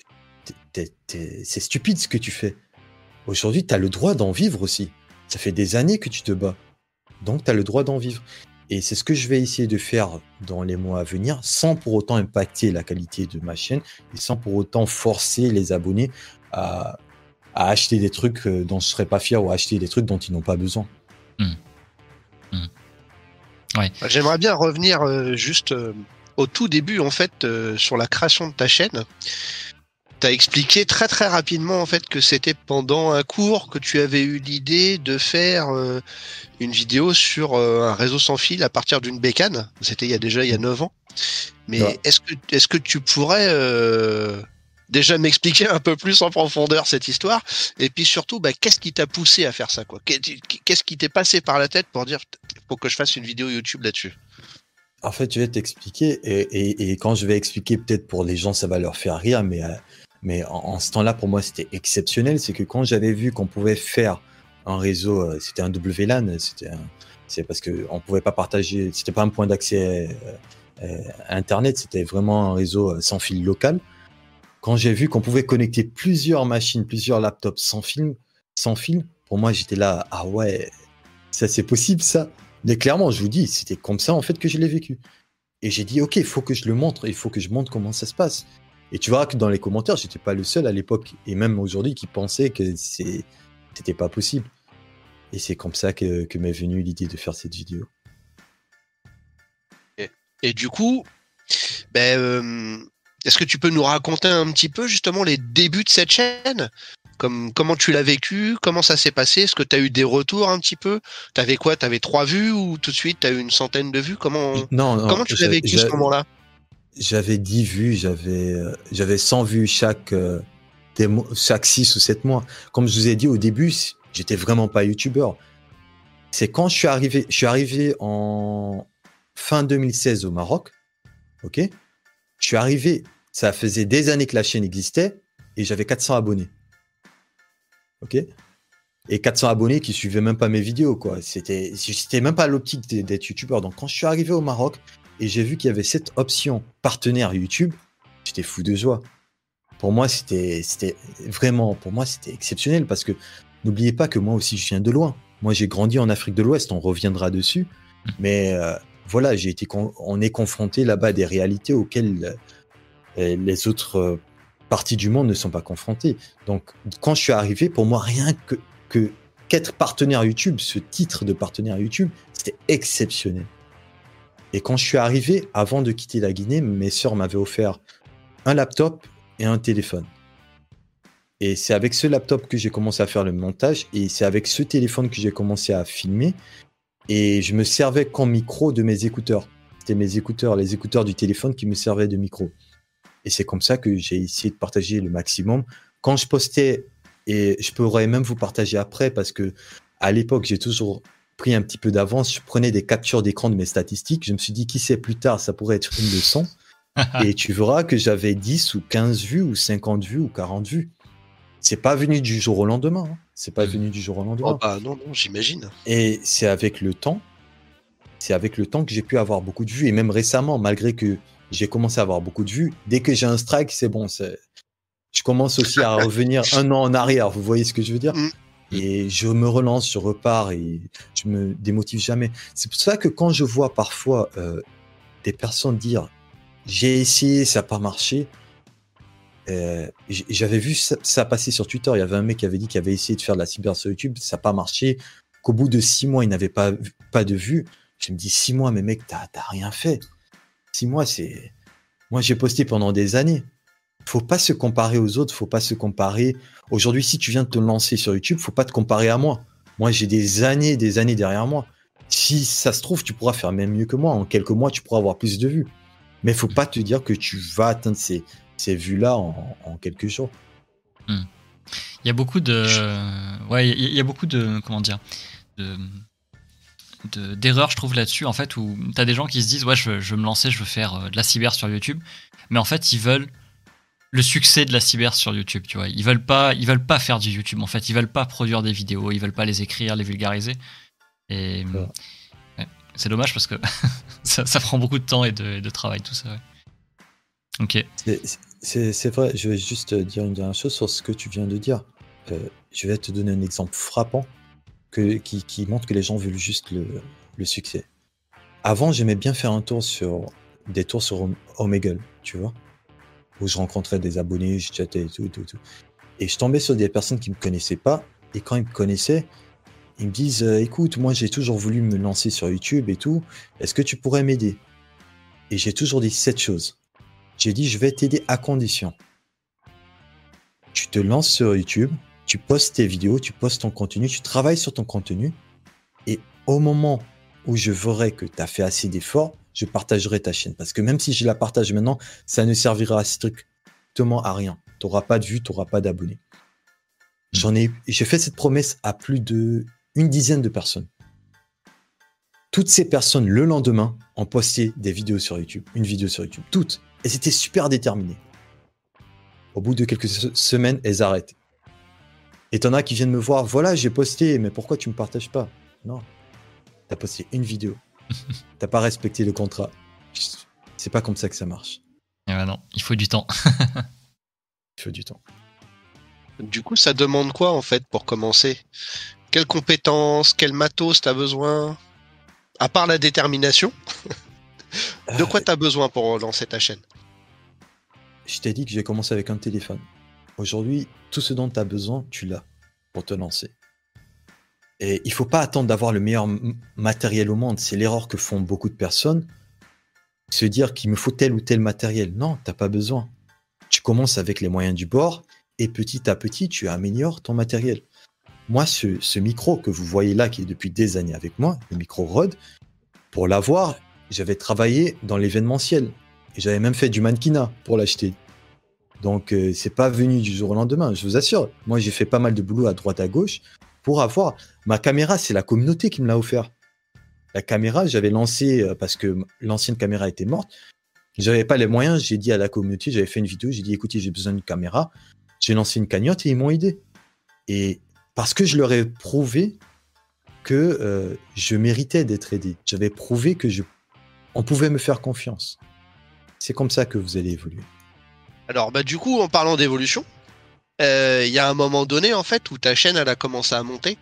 t'es, t'es, c'est stupide ce que tu fais. Aujourd'hui, tu as le droit d'en vivre aussi. Ça fait des années que tu te bats. Donc, tu as le droit d'en vivre. Et c'est ce que je vais essayer de faire dans les mois à venir, sans pour autant impacter la qualité de ma chaîne et sans pour autant forcer les abonnés à, à acheter des trucs dont je ne serais pas fier ou à acheter des trucs dont ils n'ont pas besoin. Mmh. Mmh. Ouais. J'aimerais bien revenir euh, juste euh, au tout début, en fait, euh, sur la création de ta chaîne. Tu as expliqué très très rapidement en fait que c'était pendant un cours que tu avais eu l'idée de faire euh, une vidéo sur euh, un réseau sans fil à partir d'une bécane. C'était il y a déjà il y a neuf ans. Mais ouais. est-ce que est-ce que tu pourrais euh, déjà m'expliquer un peu plus en profondeur cette histoire et puis surtout bah, qu'est-ce qui t'a poussé à faire ça quoi? Qu'est-ce qui t'est passé par la tête pour dire faut que je fasse une vidéo YouTube là-dessus? En fait, je vais t'expliquer et, et, et quand je vais expliquer peut-être pour les gens ça va leur faire rire mais euh, Mais en, en ce temps-là, pour moi, c'était exceptionnel. C'est que quand j'avais vu qu'on pouvait faire un réseau, euh, c'était un W LAN, c'était un, c'est parce qu'on ne pouvait pas partager, c'était pas un point d'accès euh, euh, à Internet, c'était vraiment un réseau sans fil local. Quand j'ai vu qu'on pouvait connecter plusieurs machines, plusieurs laptops sans fil, sans fil, pour moi, j'étais là, ah ouais, ça c'est possible ça. Mais clairement, je vous dis, c'était comme ça en fait que je l'ai vécu. Et j'ai dit, ok, il faut que je le montre, il faut que je montre comment ça se passe. Et tu vois que dans les commentaires, j'étais pas le seul à l'époque, et même aujourd'hui, qui pensait que c'est, c'était pas possible. Et c'est comme ça que, que m'est venue l'idée de faire cette vidéo. Et, et du coup, ben, euh, est-ce que tu peux nous raconter un petit peu justement les débuts de cette chaîne ? Comme, comment tu l'as vécu ? Comment ça s'est passé ? Est-ce que tu as eu des retours un petit peu ? T'avais quoi ? T'avais trois vues ou tout de suite tu as eu une centaine de vues ? Comment, non, non, comment tu l'as vécu ce moment-là ? J'avais dix vues, j'avais, euh, j'avais cent vues chaque, euh, des mo- chaque six ou sept mois. Comme je vous ai dit au début, j'étais vraiment pas youtubeur. c'est quand je suis arrivé, je suis arrivé en fin deux mille seize au Maroc, ok. Je suis arrivé, ça faisait des années que la chaîne existait et j'avais quatre cents abonnés, ok. Et quatre cents abonnés qui suivaient même pas mes vidéos, quoi. C'était, c'était même pas l'optique d'être youtubeur. Donc quand je suis arrivé au Maroc et j'ai vu qu'il y avait cette option partenaire YouTube, j'étais fou de joie. Pour moi, c'était, c'était vraiment, pour moi, c'était exceptionnel parce que n'oubliez pas que moi aussi, je viens de loin. Moi, j'ai grandi en Afrique de l'Ouest, on reviendra dessus. Mais euh, voilà, j'ai été, con- on est confronté là-bas à des réalités auxquelles euh, les autres euh, parties du monde ne sont pas confrontées. Donc, quand je suis arrivé, pour moi, rien que, que qu'être partenaire YouTube, ce titre de partenaire YouTube, c'était exceptionnel. Et quand je suis arrivé, avant de quitter la Guinée, mes sœurs m'avaient offert un laptop et un téléphone. Et c'est avec ce laptop que j'ai commencé à faire le montage et c'est avec ce téléphone que j'ai commencé à filmer. Et je me servais comme micro de mes écouteurs. C'était mes écouteurs, les écouteurs du téléphone qui me servaient de micro. Et c'est comme ça que j'ai essayé de partager le maximum. Quand je postais, et je pourrais même vous partager après parce que à l'époque, j'ai toujours pris un petit peu d'avance. Je prenais des captures d'écran de mes statistiques. Je me suis dit, qui sait, plus tard, ça pourrait être une leçon. Et tu verras que j'avais dix ou quinze vues ou cinquante vues ou quarante vues. C'est pas venu du jour au lendemain. Hein. C'est pas venu du jour au lendemain. Oh bah non, non, j'imagine. Et c'est avec le temps, c'est avec le temps que j'ai pu avoir beaucoup de vues. Et même récemment, malgré que j'ai commencé à avoir beaucoup de vues, dès que j'ai un strike, c'est bon. C'est... Je commence aussi à revenir un an en arrière. Vous voyez ce que je veux dire ? Mm. Et je me relance, je repars et je me démotive jamais. C'est pour ça que quand je vois parfois euh, des personnes dire j'ai essayé, ça n'a pas marché. Euh, j'avais vu ça, ça passer sur Twitter. Il y avait un mec qui avait dit qu'il avait essayé de faire de la cyber sur YouTube, ça n'a pas marché. Qu'au bout de six mois, il n'avait pas, pas de vues. Je me dis six mois, mais mec, t'as, t'as rien fait. Six mois, c'est. Moi, j'ai posté pendant des années. Faut pas se comparer aux autres. Faut pas se comparer. Aujourd'hui, si tu viens de te lancer sur YouTube, faut pas te comparer à moi. Moi, j'ai des années, des années derrière moi. Si ça se trouve, tu pourras faire même mieux que moi. En quelques mois, tu pourras avoir plus de vues. Mais il ne faut pas te dire que tu vas atteindre ces, ces vues-là en, en quelques jours. Hmm. Il y a beaucoup de, ouais, il y a beaucoup de, comment dire, de, de d'erreurs, je trouve là-dessus, en fait, où t'as des gens qui se disent, ouais, je veux, je veux me lancer, je veux faire de la cyber sur YouTube, mais en fait, ils veulent le succès de la cyber sur YouTube, tu vois. Ils veulent pas, ils veulent pas faire du YouTube, en fait, ils veulent pas produire des vidéos, ils veulent pas les écrire, les vulgariser, et ouais. Ouais, c'est dommage parce que ça, ça prend beaucoup de temps et de, de travail, tout ça. Ouais. Ok. C'est, c'est, c'est vrai, je vais juste dire une dernière chose sur ce que tu viens de dire. Euh, je vais te donner un exemple frappant que, qui, qui montre que les gens veulent juste le, le succès. Avant, j'aimais bien faire un tour sur des tours sur Omegle, tu vois, où je rencontrais des abonnés, je chattais et tout, tout, tout. Et je tombais sur des personnes qui me connaissaient pas, et quand ils me connaissaient, ils me disent euh, écoute, moi j'ai toujours voulu me lancer sur YouTube et tout, est-ce que tu pourrais m'aider ? Et j'ai toujours dit cette chose. J'ai dit je vais t'aider à condition. Tu te lances sur YouTube, tu postes tes vidéos, tu postes ton contenu, tu travailles sur ton contenu, et au moment où je verrai que tu as fait assez d'efforts, je partagerai ta chaîne. Parce que même si je la partage maintenant, ça ne servira strictement à rien. Tu n'auras pas de vues, tu n'auras pas d'abonnés. J'en ai, j'ai fait cette promesse à plus de une dizaine de personnes. Toutes ces personnes, le lendemain, ont posté des vidéos sur YouTube, une vidéo sur YouTube, toutes. Elles étaient super déterminées. Au bout de quelques se- semaines, elles arrêtent. Et t'en as qui viennent me voir, voilà, j'ai posté, mais pourquoi tu me partages pas ? Non, t'as posté une vidéo. T'as pas respecté le contrat. C'est pas comme ça que ça marche. Eh ben non, il faut du temps. Il faut du temps. Du coup, ça demande quoi en fait pour commencer ? Quelles compétences, quel matos t'as besoin ? À part la détermination, de quoi t'as besoin pour lancer ta chaîne ? Je t'ai dit que j'ai commencé avec un téléphone. Aujourd'hui, tout ce dont tu as besoin, tu l'as pour te lancer. Et il ne faut pas attendre d'avoir le meilleur m- matériel au monde. C'est l'erreur que font beaucoup de personnes. Se dire qu'il me faut tel ou tel matériel. Non, tu n'as pas besoin. Tu commences avec les moyens du bord et petit à petit, tu améliores ton matériel. Moi, ce, ce micro que vous voyez là, qui est depuis des années avec moi, le micro Rode, pour l'avoir, j'avais travaillé dans l'événementiel. Et j'avais même fait du mannequinat pour l'acheter. Donc, euh, c'est pas venu du jour au lendemain, je vous assure. Moi, j'ai fait pas mal de boulot à droite, à gauche pour avoir ma caméra, c'est la communauté qui me l'a offert. La caméra, j'avais lancé euh, parce que l'ancienne caméra était morte. J'avais pas les moyens. J'ai dit à la communauté, j'avais fait une vidéo. J'ai dit, écoutez, j'ai besoin d'une caméra. J'ai lancé une cagnotte et ils m'ont aidé. Et parce que je leur ai prouvé que euh, je méritais d'être aidé. J'avais prouvé que je, on pouvait me faire confiance. C'est comme ça que vous allez évoluer. Alors, bah, du coup, en parlant d'évolution, il euh, y a un moment donné, en fait, où ta chaîne, elle a commencé à monter.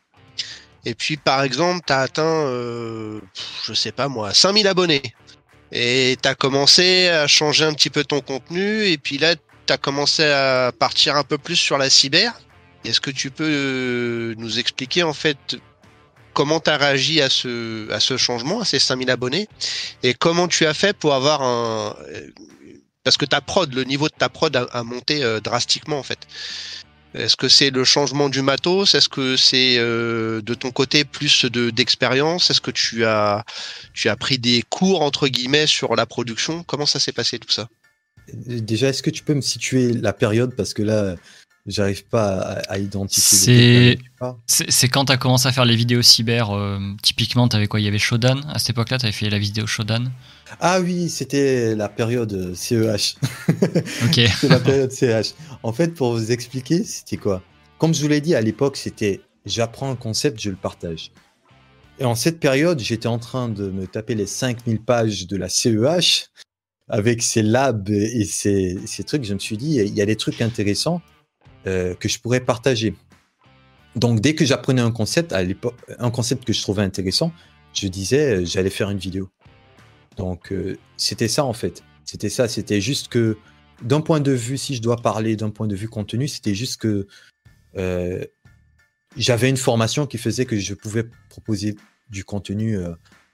Et puis, par exemple, tu as atteint, euh, je sais pas moi, cinq mille abonnés. Et tu as commencé à changer un petit peu ton contenu. Et puis là, tu as commencé à partir un peu plus sur la cyber. Est-ce que tu peux euh, nous expliquer, en fait, comment tu as réagi à ce, à ce changement, à ces cinq mille abonnés? Et comment tu as fait pour avoir un... Parce que ta prod, le niveau de ta prod a, a monté euh, drastiquement, en fait. Est-ce que c'est le changement du matos? Est-ce que c'est euh, de ton côté plus de, d'expérience? Est-ce que tu as, tu as pris des cours, entre guillemets, sur la production? Comment ça s'est passé tout ça? Déjà, est-ce que tu peux me situer la période? Parce que là, j'arrive pas à, à identifier. C'est, c'est, c'est quand tu as commencé à faire les vidéos cyber. Euh, typiquement, tu avais quoi? Il y avait Shodan. À cette époque-là, tu avais fait la vidéo Shodan. Ah oui, c'était la période C E H. Ok. C'était la période C E H. En fait, pour vous expliquer, c'était quoi? Comme je vous l'ai dit, à l'époque, c'était j'apprends un concept, je le partage. Et en cette période, j'étais en train de me taper les cinq mille pages de la C E H avec ses labs et ses, ses trucs. Je me suis dit, il y a des trucs intéressants euh, que je pourrais partager. Donc, dès que j'apprenais un concept, à l'époque, un concept que je trouvais intéressant, je disais, euh, j'allais faire une vidéo. Donc, euh, c'était ça, en fait. C'était ça. C'était juste que, d'un point de vue, si je dois parler d'un point de vue contenu, c'était juste que euh, j'avais une formation qui faisait que je pouvais proposer du contenu euh,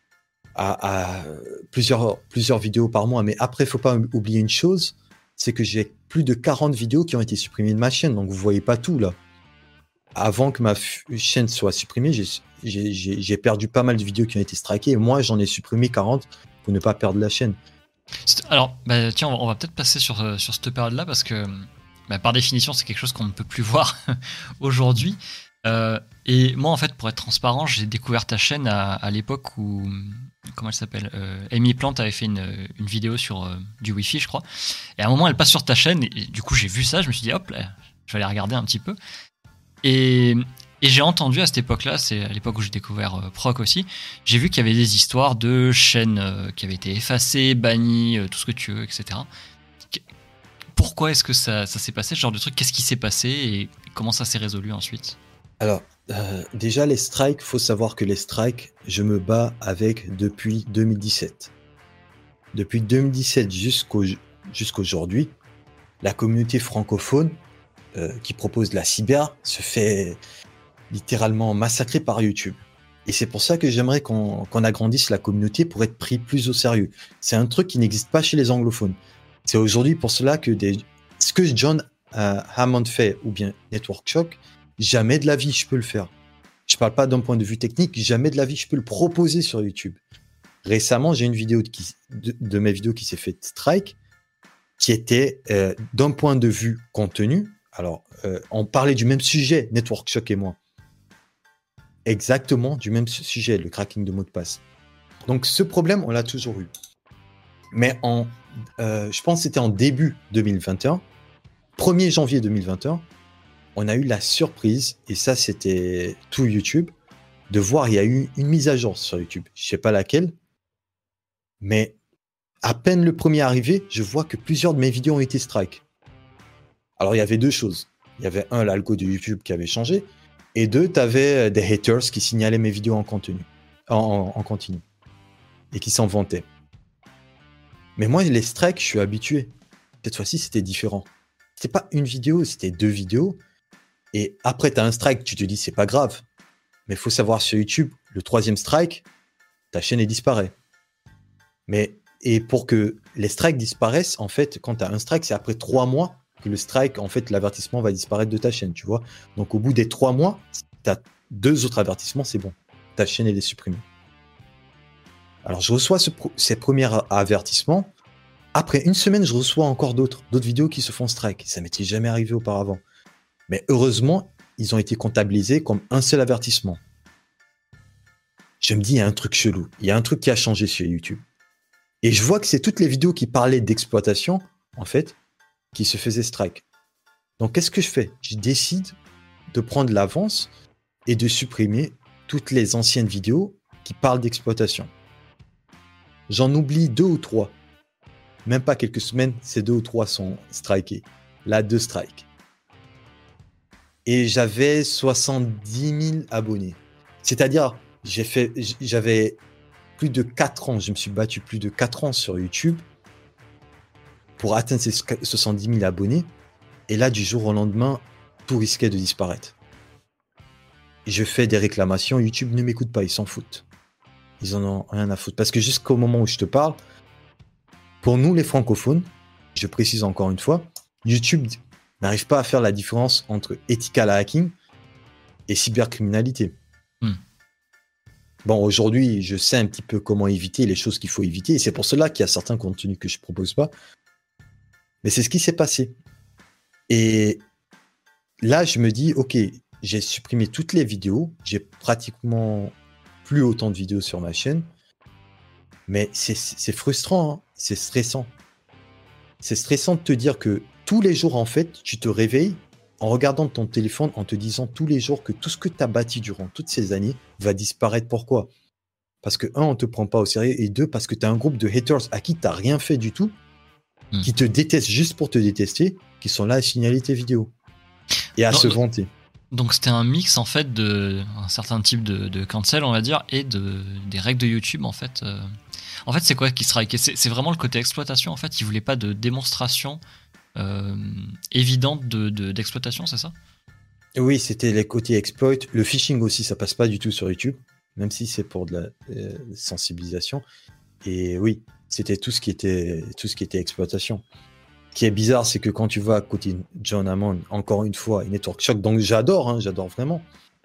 à, à plusieurs, plusieurs vidéos par mois. Mais après, il ne faut pas oublier une chose, c'est que j'ai plus de quarante vidéos qui ont été supprimées de ma chaîne. Donc, vous ne voyez pas tout, là. Avant que ma f- chaîne soit supprimée, j'ai, j'ai, j'ai, j'ai perdu pas mal de vidéos qui ont été strikées. Et moi, j'en ai supprimé quarante pour ne pas perdre la chaîne. Alors, bah, tiens, on va, on va peut-être passer sur, sur cette période-là parce que, bah, par définition, c'est quelque chose qu'on ne peut plus voir aujourd'hui. Euh, et moi, en fait, pour être transparent, j'ai découvert ta chaîne à, à l'époque où, comment elle s'appelle, euh, Amy Plante avait fait une, une vidéo sur euh, du Wi-Fi, je crois. Et à un moment, elle passe sur ta chaîne et, et du coup, j'ai vu ça, je me suis dit, hop, là, je vais aller regarder un petit peu. Et, et j'ai entendu à cette époque-là, c'est à l'époque où j'ai découvert euh, Proc aussi, j'ai vu qu'il y avait des histoires de chaînes euh, qui avaient été effacées, bannies, euh, tout ce que tu veux, et cetera. Pourquoi est-ce que ça, ça s'est passé, ce genre de truc? Qu'est-ce qui s'est passé et comment ça s'est résolu ensuite? Alors, euh, déjà, les strikes, il faut savoir que les strikes, je me bats avec depuis deux mille dix-sept. Depuis deux mille dix-sept jusqu'au, jusqu'aujourd'hui, la communauté francophone euh, qui propose la cyber se fait littéralement massacrer par YouTube. Et c'est pour ça que j'aimerais qu'on, qu'on agrandisse la communauté pour être pris plus au sérieux. C'est un truc qui n'existe pas chez les anglophones. C'est aujourd'hui pour cela que des... ce que John euh, Hammond fait, ou bien Network Shock, jamais de la vie je peux le faire. Je parle pas d'un point de vue technique, jamais de la vie je peux le proposer sur YouTube. Récemment, j'ai une vidéo de, qui, de, de mes vidéos qui s'est fait strike, qui était euh, d'un point de vue contenu. Alors, euh, on parlait du même sujet, Network Shock et moi. Exactement du même sujet, le cracking de mots de passe. Donc, ce problème, on l'a toujours eu. Mais en, euh, je pense que c'était en début deux mille vingt et un, premier janvier deux mille vingt et un, on a eu la surprise, et ça c'était tout YouTube, de voir il y a eu une mise à jour sur YouTube. Je ne sais pas laquelle, mais à peine le premier arrivé, je vois que plusieurs de mes vidéos ont été strike. Alors il y avait deux choses. Il y avait un, l'algo de YouTube qui avait changé, et deux, tu avais des haters qui signalaient mes vidéos en continu, en, en, en continu, et qui s'en vantaient. Mais moi, les strikes, je suis habitué. Cette fois-ci, c'était différent. C'était pas une vidéo, c'était deux vidéos. Et après, tu as un strike, tu te dis, c'est pas grave. Mais il faut savoir, sur YouTube, le troisième strike, ta chaîne est disparaît. Mais, et pour que les strikes disparaissent, en fait, quand tu as un strike, c'est après trois mois que le strike, en fait, l'avertissement va disparaître de ta chaîne, tu vois. Donc, au bout des trois mois, tu as deux autres avertissements, c'est bon. Ta chaîne, elle est supprimée. Alors, je reçois ce, ces premiers avertissements. Après une semaine, je reçois encore d'autres, d'autres vidéos qui se font strike. Ça m'était jamais arrivé auparavant. Mais heureusement, ils ont été comptabilisés comme un seul avertissement. Je me dis, il y a un truc chelou. Il y a un truc qui a changé sur YouTube. Et je vois que c'est toutes les vidéos qui parlaient d'exploitation, en fait, qui se faisaient strike. Donc, qu'est-ce que je fais? Je décide de prendre l'avance et de supprimer toutes les anciennes vidéos qui parlent d'exploitation. J'en oublie deux ou trois. Même pas quelques semaines, ces deux ou trois sont strikés. Là, deux strikes. Et j'avais soixante-dix mille abonnés. C'est-à-dire, j'ai fait, j'avais plus de quatre ans, je me suis battu plus de quatre ans sur YouTube pour atteindre ces soixante-dix mille abonnés. Et là, du jour au lendemain, tout risquait de disparaître. Je fais des réclamations, YouTube ne m'écoute pas, ils s'en foutent. Ils en ont rien à foutre. Parce que jusqu'au moment où je te parle, pour nous les francophones, je précise encore une fois, YouTube n'arrive pas à faire la différence entre ethical hacking et cybercriminalité. Hmm. Bon, aujourd'hui, je sais un petit peu comment éviter les choses qu'il faut éviter. Et c'est pour cela qu'il y a certains contenus que je ne propose pas. Mais c'est ce qui s'est passé. Et là, je me dis, OK, j'ai supprimé toutes les vidéos. J'ai pratiquement plus autant de vidéos sur ma chaîne. Mais c'est, c'est frustrant, hein. C'est stressant. C'est stressant de te dire que tous les jours, en fait, tu te réveilles en regardant ton téléphone, en te disant tous les jours que tout ce que tu as bâti durant toutes ces années va disparaître. Pourquoi? Parce que, un, on ne te prend pas au sérieux, et deux, parce que tu as un groupe de haters à qui tu n'as rien fait du tout, mmh. qui te détestent juste pour te détester, qui sont là à signaler tes vidéos et à non, se vanter. Donc c'était un mix en fait de un certain type de, de cancel, on va dire, et de des règles de YouTube en fait. Euh... En fait, c'est quoi qui strike? C'est, c'est vraiment le côté exploitation en fait. Ils voulaient pas de démonstration euh, évidente de, de d'exploitation, c'est ça? Oui, c'était les côtés exploit. Le phishing aussi, ça passe pas du tout sur YouTube, même si c'est pour de la euh, sensibilisation. Et oui, c'était tout ce qui était tout ce qui était exploitation. Ce qui est bizarre, c'est que quand tu vas à côté John Hammond, encore une fois, Network Shock, donc j'adore, hein, j'adore vraiment.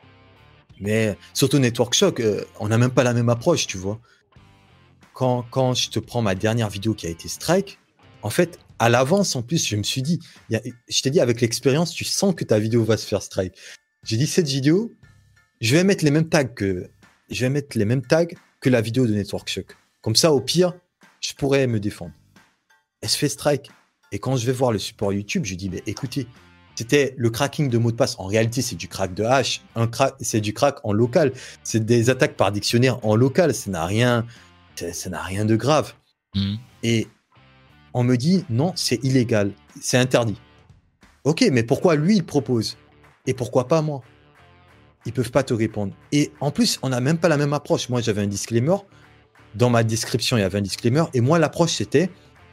Mais surtout Network Shock, euh, on n'a même pas la même approche, tu vois. Quand, quand je te prends ma dernière vidéo qui a été strike, en fait, à l'avance, en plus, je me suis dit, y a, je t'ai dit, avec l'expérience, tu sens que ta vidéo va se faire strike. J'ai dit, cette vidéo, je vais mettre les mêmes tags que, je vais mettre les mêmes tags que la vidéo de Network Shock. Comme ça, au pire, je pourrais me défendre. Elle se fait strike. Et quand je vais voir le support YouTube, je dis, mais écoutez, c'était le cracking de mots de passe. En réalité, c'est du crack de hash. Un crack, c'est du crack en local. C'est des attaques par dictionnaire en local. Ça n'a rien, ça, ça n'a rien de grave. Mmh. Et on me dit, non, c'est illégal. C'est interdit. Ok, mais pourquoi lui, il propose? Et pourquoi pas moi? Ils peuvent pas te répondre. Et en plus, on n'a même pas la même approche. Moi, j'avais un disclaimer. Dans ma description, il y avait un disclaimer. Et moi, l'approche, c'était...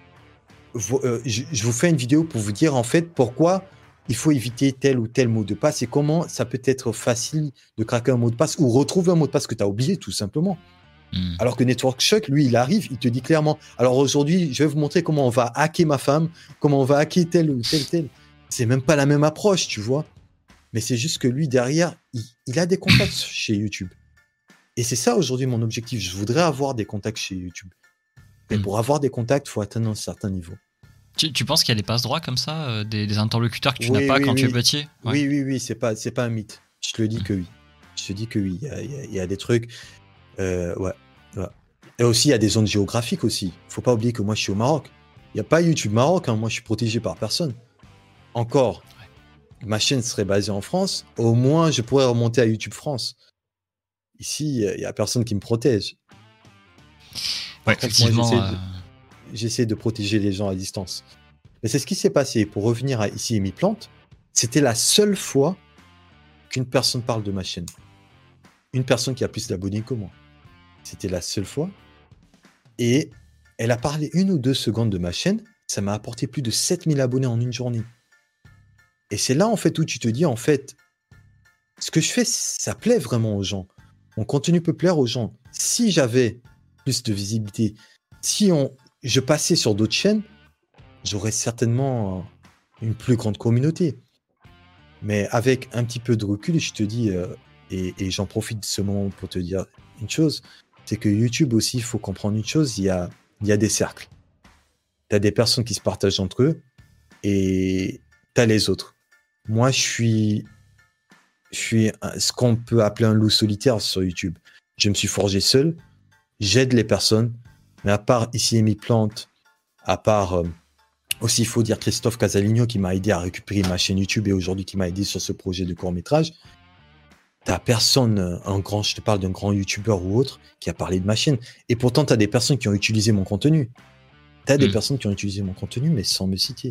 je vous fais une vidéo pour vous dire en fait pourquoi il faut éviter tel ou tel mot de passe et comment ça peut être facile de craquer un mot de passe ou retrouver un mot de passe que tu as oublié tout simplement. Mmh. Alors que Network Shock, lui, il arrive, il te dit clairement, alors aujourd'hui, je vais vous montrer comment on va hacker ma femme, comment on va hacker tel ou tel tel. C'est même pas la même approche, tu vois. Mais c'est juste que lui, derrière, il, il a des contacts chez YouTube. Et c'est ça aujourd'hui mon objectif. Je voudrais avoir des contacts chez YouTube. Mais mmh. pour avoir des contacts, il faut atteindre un certain niveau. Tu, tu penses qu'il y a des passe-droits comme ça, euh, des, des interlocuteurs que tu oui, n'as pas oui, quand oui. tu es bâtier? Ouais. Oui, oui, oui, c'est pas, c'est pas un mythe. Je te le dis mmh. que oui. Je te dis que oui. Il y a, il y a, il y a des trucs. Euh, ouais, ouais. Et aussi, il y a des zones géographiques aussi. Il faut pas oublier que moi, je suis au Maroc. Il n'y a pas YouTube Maroc. Hein. Moi, je suis protégé par personne. Encore, ouais. ma chaîne serait basée en France. Au moins, je pourrais remonter à YouTube France. Ici, il n'y a personne qui me protège. Ouais, contre, effectivement. Moi, j'essaie, de, euh... j'essaie de protéger les gens à distance. Mais c'est ce qui s'est passé. Pour revenir à ici et Mi Plante, c'était la seule fois qu'une personne parle de ma chaîne. Une personne qui a plus d'abonnés que moi. C'était la seule fois. Et elle a parlé une ou deux secondes de ma chaîne. Ça m'a apporté plus de sept mille abonnés en une journée. Et c'est là, en fait, où tu te dis, en fait, ce que je fais, ça plaît vraiment aux gens. Mon contenu peut plaire aux gens. Si j'avais plus de visibilité, si on, je passais sur d'autres chaînes, j'aurais certainement une plus grande communauté. Mais avec un petit peu de recul, je te dis, euh, et, et j'en profite de ce moment pour te dire une chose, c'est que YouTube aussi, il faut comprendre une chose, il y a, il y a des cercles. Tu as des personnes qui se partagent entre eux et tu as les autres. Moi, je suis je suis un- ce qu'on peut appeler un loup solitaire sur YouTube. Je me suis forgé seul, j'aide les personnes, mais à part ici Amy Plante, à part euh, aussi, il faut dire Christophe Casaligno qui m'a aidé à récupérer ma chaîne YouTube et aujourd'hui qui m'a aidé sur ce projet de court-métrage. T'as personne, un grand, je te parle d'un grand youtubeur ou autre, qui a parlé de ma chaîne. Et pourtant, t'as des personnes qui ont utilisé mon contenu. T'as des Mm. personnes qui ont utilisé mon contenu, mais sans me citer.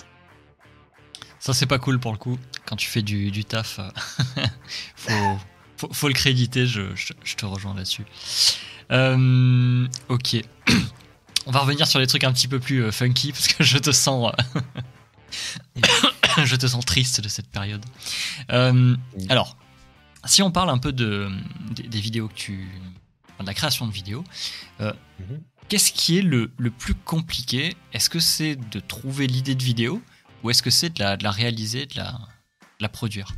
Ça, c'est pas cool pour le coup. Quand tu fais du, du taf, euh, faut, faut, faut le créditer. Je, je, je te rejoins là-dessus. Euh, ok. On va revenir sur les trucs un petit peu plus euh, funky parce que je te sens, euh, je te sens triste de cette période. Euh, Mm. alors, si on parle un peu de, des, des vidéos que tu, enfin, de la création de vidéos, euh, Mhm. qu'est-ce qui est le, le plus compliqué? Est-ce que c'est de trouver l'idée de vidéo ou est-ce que c'est de la, de la réaliser, de la, de la produire?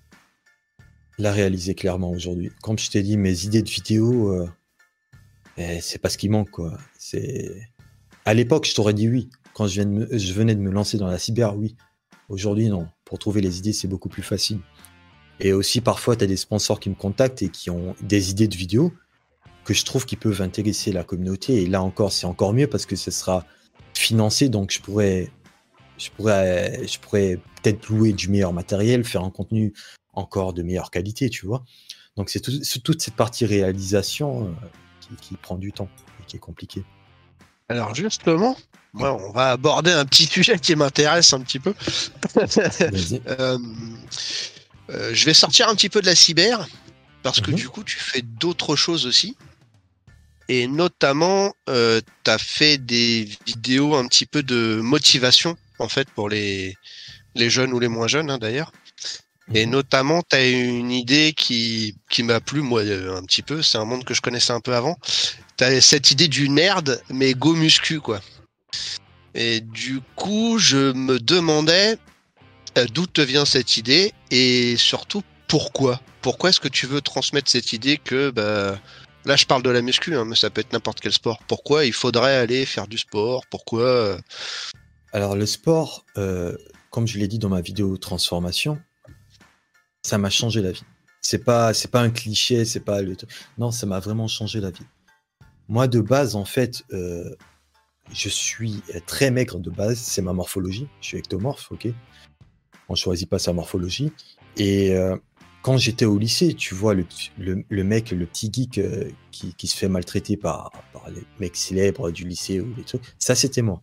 La réaliser clairement aujourd'hui. Comme je t'ai dit, mes idées de vidéo, euh, eh, c'est pas ce qui manque, quoi. C'est... À l'époque, je t'aurais dit oui. Quand je, viens de me- je venais de me lancer dans la cyber, oui. Aujourd'hui, non. Pour trouver les idées, c'est beaucoup plus facile. Et aussi, parfois, tu as des sponsors qui me contactent et qui ont des idées de vidéos que je trouve qui peuvent intéresser la communauté. Et là encore, c'est encore mieux parce que ce sera financé. Donc, je pourrais, je pourrais, je pourrais peut-être louer du meilleur matériel, faire un contenu encore de meilleure qualité, tu vois. Donc, c'est, tout- c'est toute cette partie réalisation euh, qui, qui prend du temps et qui est compliquée. Alors justement, moi, on va aborder un petit sujet qui m'intéresse un petit peu. Vas-y. Euh, euh, je vais sortir un petit peu de la cyber parce que Mhm. du coup, tu fais d'autres choses aussi. Et notamment, euh, tu as fait des vidéos un petit peu de motivation, en fait, pour les, les jeunes ou les moins jeunes, hein, d'ailleurs. Et Mhm. notamment, tu as une idée qui, qui m'a plu, moi, euh, un petit peu. C'est un monde que je connaissais un peu avant. Tu as cette idée du nerd, mais go muscu, quoi. Et du coup, je me demandais euh, d'où te vient cette idée et surtout pourquoi. Pourquoi est-ce que tu veux transmettre cette idée que, bah, là je parle de la muscu, hein, mais ça peut être n'importe quel sport. Pourquoi il faudrait aller faire du sport? Pourquoi euh, Alors, le sport, euh, comme je l'ai dit dans ma vidéo transformation, ça m'a changé la vie. C'est pas, c'est pas un cliché, c'est pas le truc. Non, ça m'a vraiment changé la vie. Moi, de base, en fait, euh, je suis très maigre de base. C'est ma morphologie. Je suis ectomorphe, ok. On choisit pas sa morphologie. Et euh, quand j'étais au lycée, tu vois, le, le, le mec, le petit geek euh, qui, qui se fait maltraiter par, par les mecs célèbres du lycée ou les trucs, ça, c'était moi.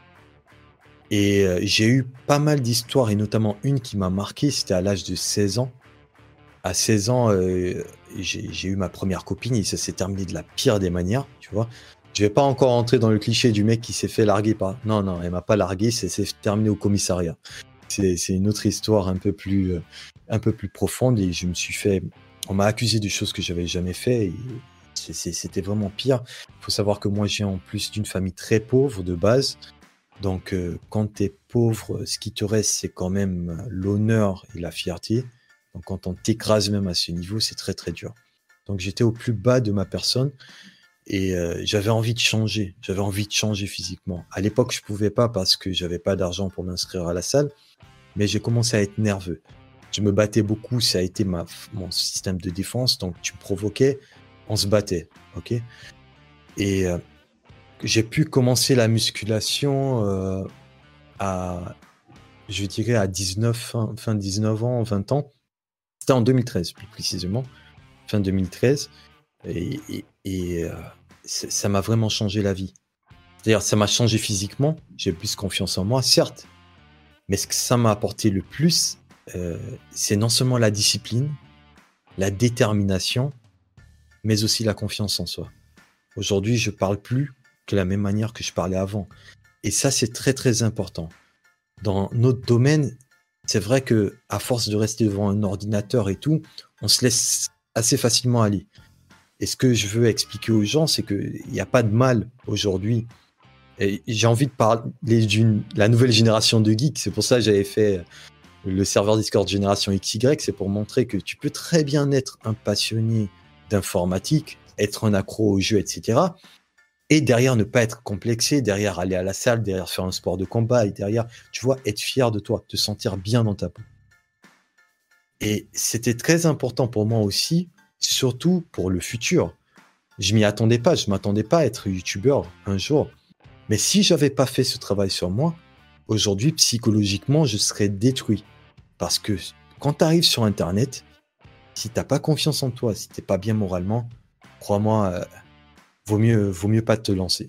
Et euh, j'ai eu pas mal d'histoires, et notamment une qui m'a marqué, c'était à l'âge de seize ans. À seize ans, euh, j'ai j'ai eu ma première copine et ça s'est terminé de la pire des manières, tu vois. Je vais pas encore entrer dans le cliché du mec qui s'est fait larguer par... Non, non, elle m'a pas largué, c'est c'est terminé au commissariat. C'est c'est une autre histoire un peu plus, euh, un peu plus profonde et je me suis fait... On m'a accusé de choses que j'avais jamais fait et c'est- c'est- c'était vraiment pire. Il faut savoir que moi, j'ai en plus d'une famille très pauvre de base. Donc, euh, quand tu es pauvre, ce qui te reste, c'est quand même l'honneur et la fierté. Donc, quand on t'écrase même à ce niveau, c'est très, très dur. Donc, j'étais au plus bas de ma personne et euh, j'avais envie de changer. J'avais envie de changer physiquement. À l'époque, je pouvais pas parce que j'avais pas d'argent pour m'inscrire à la salle, mais j'ai commencé à être nerveux. Je me battais beaucoup, ça a été ma, mon système de défense. Donc, tu me provoquais, on se battait, ok. Et euh, j'ai pu commencer la musculation euh, à, je dirais, à dix-neuf, fin, fin dix-neuf ans, vingt ans. C'était en deux mille treize, plus précisément, fin deux mille treize. Et, et, et euh, ça m'a vraiment changé la vie. C'est-à-dire, ça m'a changé physiquement, j'ai plus confiance en moi, certes. Mais ce que ça m'a apporté le plus, euh, c'est non seulement la discipline, la détermination, mais aussi la confiance en soi. Aujourd'hui, je parle plus de la même manière que je parlais avant. Et ça, c'est très, très important. Dans notre domaine, c'est vrai que à force de rester devant un ordinateur et tout, on se laisse assez facilement aller. Et ce que je veux expliquer aux gens, c'est qu'il n'y a pas de mal aujourd'hui. Et j'ai envie de parler d'une la nouvelle génération de geeks. C'est pour ça que j'avais fait le serveur Discord Génération X Y. C'est pour montrer que tu peux très bien être un passionné d'informatique, être un accro aux jeux, et cetera. Et derrière, ne pas être complexé, derrière aller à la salle, derrière faire un sport de combat, et derrière, tu vois, être fier de toi, te sentir bien dans ta peau. Et c'était très important pour moi aussi, surtout pour le futur. Je m'y attendais pas, je m'attendais pas à être youtubeur un jour. Mais si j'avais pas fait ce travail sur moi, aujourd'hui, psychologiquement, je serais détruit. Parce que quand tu arrives sur Internet, si t'as pas confiance en toi, si t'es pas bien moralement, crois-moi, euh, vaut mieux, vaut mieux pas te lancer.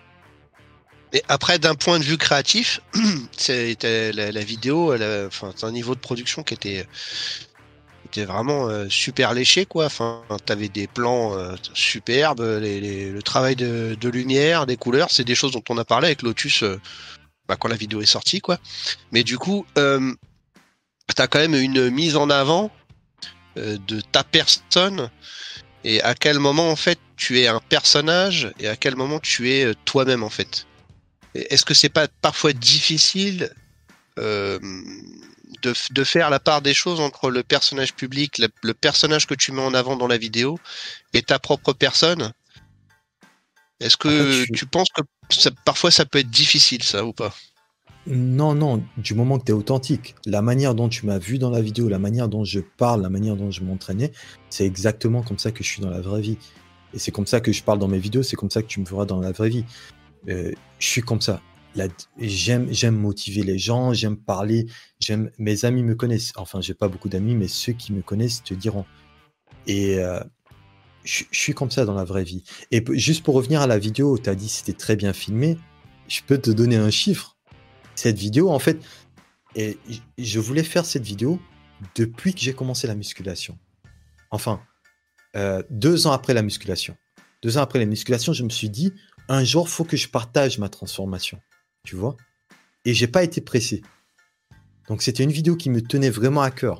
Et après, d'un point de vue créatif, c'était la, la vidéo, elle a- enfin, c'est un niveau de production qui était, était vraiment euh, super léché, quoi. Enfin, t'avais des plans euh, superbes, les, les- le travail de, de lumière, des couleurs, c'est des choses dont on a parlé avec Lotus euh, bah, quand la vidéo est sortie, quoi. Mais du coup, euh, t'as quand même une mise en avant euh, de ta personne et à quel moment, en fait, tu es un personnage et à quel moment tu es euh, toi-même, en fait. Est-ce que c'est pas parfois difficile euh, de, de faire la part des choses entre le personnage public, le, le personnage que tu mets en avant dans la vidéo et ta propre personne? Est-ce En fait, que je... tu penses que ça, parfois ça peut être difficile, ça, ou pas? Non, non, du moment que tu es authentique, la manière dont tu m'as vu dans la vidéo, la manière dont je parle, la manière dont je m'entraînais, c'est exactement comme ça que je suis dans la vraie vie. Et c'est comme ça que je parle dans mes vidéos, c'est comme ça que tu me verras dans la vraie vie. Euh, je suis comme ça. La- J'aime, j'aime motiver les gens, j'aime parler, j'aime. Mes amis me connaissent. Enfin, j'ai pas beaucoup d'amis, mais ceux qui me connaissent te diront. Et euh, je, je suis comme ça dans la vraie vie. Et p- juste pour revenir à la vidéo, tu as dit que c'était très bien filmé. Je peux te donner un chiffre. Cette vidéo, en fait, et j- je voulais faire cette vidéo depuis que j'ai commencé la musculation. Enfin, euh, deux ans après la musculation. Deux ans après la musculation, je me suis dit, un jour, faut que je partage ma transformation. Tu vois? Et j'ai pas été pressé. Donc, c'était une vidéo qui me tenait vraiment à cœur.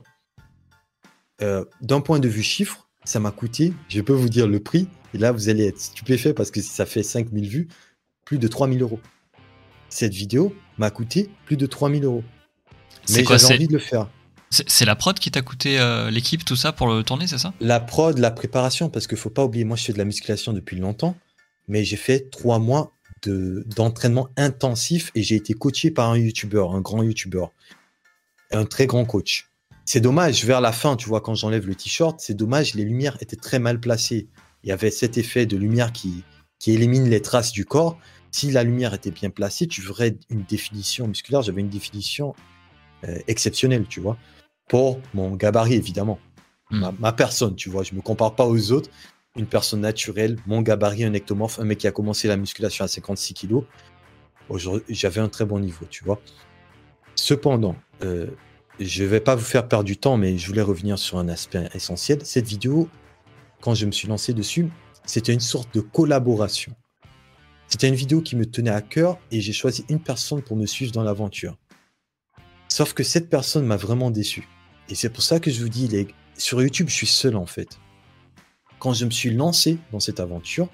Euh, d'un point de vue chiffre, ça m'a coûté, je peux vous dire le prix, et là, vous allez être stupéfait parce que si ça fait cinq mille vues, plus de trois mille euros. Cette vidéo m'a coûté plus de trois mille euros. C'est Mais quoi, j'avais c'est envie de le faire. c'est c'est la prod qui t'a coûté euh, l'équipe, tout ça pour le tourner, c'est ça? La prod, la préparation, parce qu'il faut pas oublier, moi je fais de la musculation depuis longtemps, mais j'ai fait trois mois de, d'entraînement intensif et j'ai été coaché par un youtubeur, un grand youtubeur, un très grand coach. C'est dommage, vers la fin, tu vois, quand j'enlève le t-shirt, c'est dommage, les lumières étaient très mal placées. Il y avait cet effet de lumière qui, qui élimine les traces du corps. Si la lumière était bien placée, tu verrais une définition musculaire. J'avais une définition euh, exceptionnelle, tu vois, pour mon gabarit, évidemment. Hmm. Ma, ma personne, tu vois, je me compare pas aux autres. Une personne naturelle, mon gabarit, un ectomorphe, un mec qui a commencé la musculation à cinquante-six kilos. Aujourd'hui, j'avais un très bon niveau, tu vois. Cependant, euh, je vais pas vous faire perdre du temps, mais je voulais revenir sur un aspect essentiel. Cette vidéo, quand je me suis lancé dessus, c'était une sorte de collaboration. C'était une vidéo qui me tenait à cœur et j'ai choisi une personne pour me suivre dans l'aventure. Sauf que cette personne m'a vraiment déçu. Et c'est pour ça que je vous dis, les... sur YouTube, je suis seul en fait. Quand je me suis lancé dans cette aventure,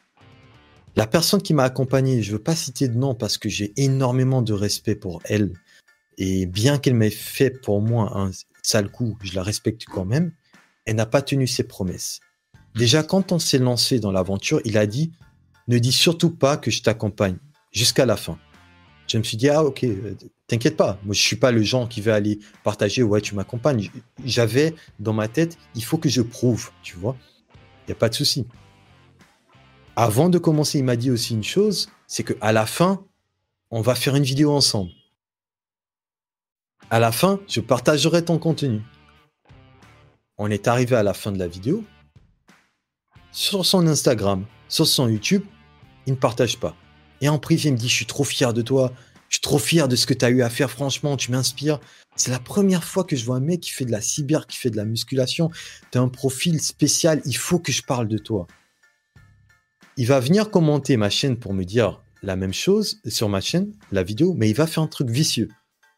la personne qui m'a accompagné, je ne veux pas citer de nom parce que j'ai énormément de respect pour elle. Et bien qu'elle m'ait fait pour moi un sale coup, je la respecte quand même. Elle n'a pas tenu ses promesses. Déjà, quand on s'est lancé dans l'aventure, il a dit « Ne dis surtout pas que je t'accompagne jusqu'à la fin ». Je me suis dit « Ah ok, t'inquiète pas, moi je suis pas le genre qui va aller partager « Ouais, tu m'accompagnes ». J'avais dans ma tête « Il faut que je prouve », tu vois. Il n'y a pas de souci. Avant de commencer, il m'a dit aussi une chose, c'est qu'à la fin, on va faire une vidéo ensemble. À la fin, je partagerai ton contenu. On est arrivé à la fin de la vidéo. Sur son Instagram, sur son YouTube, il ne partage pas. Et en privé, il me dit, je suis trop fier de toi. Je suis trop fier de ce que tu as eu à faire. Franchement, tu m'inspires. C'est la première fois que je vois un mec qui fait de la cyber, qui fait de la musculation. Tu as un profil spécial. Il faut que je parle de toi. Il va venir commenter ma chaîne pour me dire la même chose sur ma chaîne, la vidéo, mais il va faire un truc vicieux.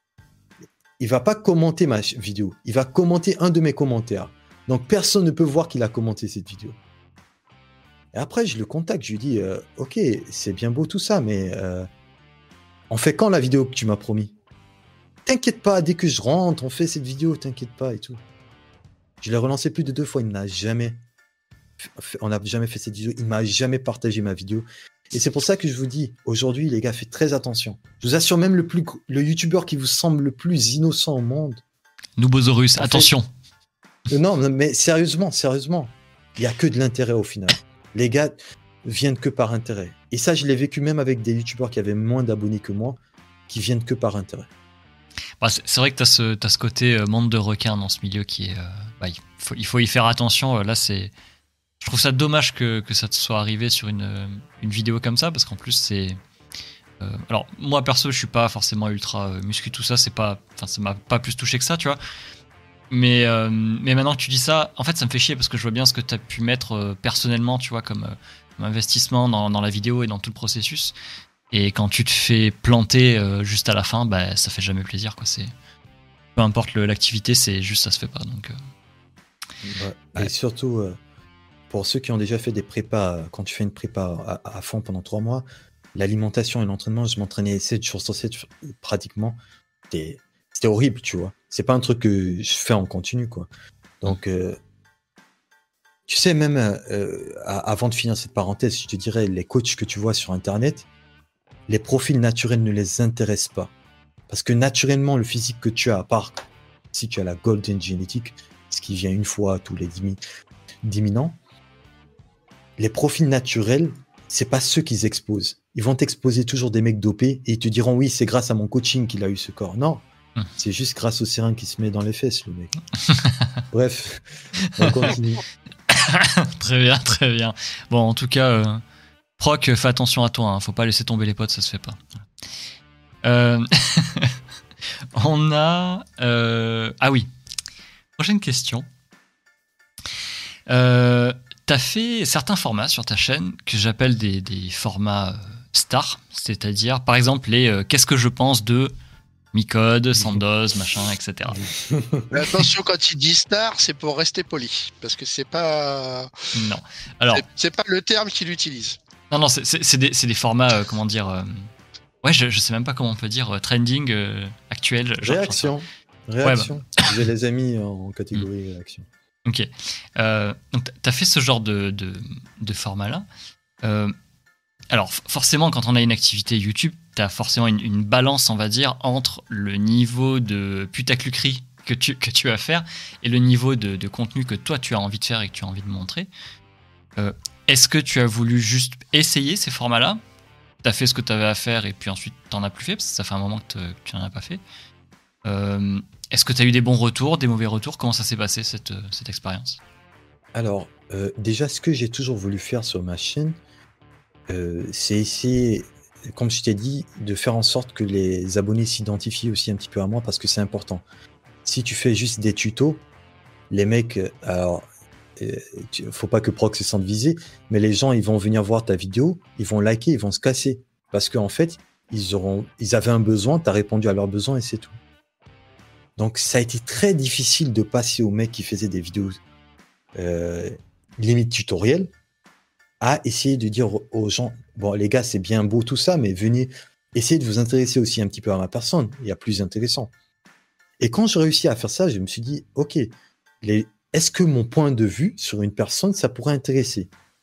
Il va pas commenter ma vidéo. Il va commenter un de mes commentaires. Donc, personne ne peut voir qu'il a commenté cette vidéo. Et après, je le contacte. Je lui dis, euh, ok, c'est bien beau tout ça, mais euh, on fait quand la vidéo que tu m'as promis? T'inquiète pas, dès que je rentre, on fait cette vidéo, t'inquiète pas et tout. Je l'ai relancé plus de deux fois. Il n'a jamais, on n'a jamais fait cette vidéo. Il m'a jamais partagé ma vidéo. Et c'est pour ça que je vous dis, aujourd'hui, les gars, faites très attention. Je vous assure, même le, plus, le youtubeur qui vous semble le plus innocent au monde. Noobosaurus, en attention. fait, Non, mais sérieusement, sérieusement, il n'y a que de l'intérêt au final. Les gars viennent que par intérêt. Et ça, je l'ai vécu même avec des youtubeurs qui avaient moins d'abonnés que moi, qui viennent que par intérêt. Bah, c'est, c'est vrai que tu as ce, t'as ce côté euh, monde de requins dans ce milieu qui est... Euh, bah, il, faut, il faut y faire attention. Là, c'est... Je trouve ça dommage que, que ça te soit arrivé sur une, une vidéo comme ça, parce qu'en plus, c'est... Euh, alors, moi, perso, je suis pas forcément ultra euh, muscu, tout ça, c'est pas... Enfin, ça m'a pas plus touché que ça, tu vois. Mais, euh, mais maintenant que tu dis ça, en fait, ça me fait chier, parce que je vois bien ce que tu as pu mettre euh, personnellement, tu vois, comme, euh, comme investissement dans, dans la vidéo et dans tout le processus. Et quand tu te fais planter euh, juste à la fin, bah, ça fait jamais plaisir, quoi. C'est... Peu importe le, l'activité, c'est juste ça se fait pas. Donc, euh... ouais. Ouais. Et surtout, euh, pour ceux qui ont déjà fait des prépas, quand tu fais une prépa à, à fond pendant trois mois, l'alimentation et l'entraînement, je m'entraînais sept jours sur sept pratiquement. C'était, c'était horrible, tu vois. C'est pas un truc que je fais en continu, quoi. Donc, euh, tu sais, même euh, avant de finir cette parenthèse, je te dirais, les coachs que tu vois sur Internet, les profils naturels ne les intéressent pas. Parce que naturellement, le physique que tu as, à part si tu as la Golden Genetic, ce qui vient une fois tous les dix mille ans, les profils naturels, c'est pas ceux qu'ils exposent. Ils vont t'exposer toujours des mecs dopés et ils te diront oui, c'est grâce à mon coaching qu'il a eu ce corps. Non, mmh. c'est juste grâce au sérin qui se met dans les fesses, le mec. Bref, on continue. Très bien, très bien. Bon, en tout cas, euh, Proc, fais attention à toi, hein. Faut pas laisser tomber les potes, ça se fait pas. Euh... on a... Euh... Ah oui, prochaine question. Euh... T'as fait certains formats sur ta chaîne que j'appelle des, des formats euh, stars, c'est-à-dire, par exemple, les euh, qu'est-ce que je pense de Micode, Sandoz, machin, et cetera. Mais attention, quand il dit star, c'est pour rester poli, parce que c'est pas. Non. Alors. C'est, c'est pas le terme qu'il utilise. Non, non, c'est, c'est, c'est, des, c'est des formats, euh, comment dire. Euh... Ouais, je, je sais même pas comment on peut dire, euh, trending euh, actuel. Genre, réaction. Réaction. Ouais, bah. J'ai les amis en catégorie réaction. Ok. Euh, donc, tu as fait ce genre de, de, de format-là. Euh, alors, forcément, quand on a une activité YouTube, tu as forcément une, une balance, on va dire, entre le niveau de putacluquerie que tu, que tu vas faire et le niveau de, de contenu que toi, tu as envie de faire et que tu as envie de montrer. Euh, est-ce que tu as voulu juste essayer ces formats-là ? Tu as fait ce que tu avais à faire et puis ensuite, tu n'en as plus fait, parce que ça fait un moment que, que tu n'en as pas fait. Euh, Est-ce que tu as eu des bons retours, des mauvais retours ? Comment ça s'est passé, cette, cette expérience ? Alors, euh, déjà, ce que j'ai toujours voulu faire sur ma chaîne, euh, c'est essayer, comme je t'ai dit, de faire en sorte que les abonnés s'identifient aussi un petit peu à moi, parce que c'est important. Si tu fais juste des tutos, les mecs, alors, euh, tu, faut pas que Proc se sente visé, mais les gens, ils vont venir voir ta vidéo, ils vont liker, ils vont se casser. Parce qu'en fait, ils, auront, ils avaient un besoin, tu as répondu à leurs besoins et c'est tout. Donc, ça a été très difficile de passer aux mecs qui faisaient des vidéos euh, limite tutoriel à essayer de dire aux gens, bon, les gars, c'est bien beau tout ça, mais venez essayer de vous intéresser aussi un petit peu à ma personne. Il y a plus intéressant. Et quand j'ai réussi à faire ça, je me suis dit, ok, les, est-ce que mon point de vue sur une personne, ça pourrait intéresser ?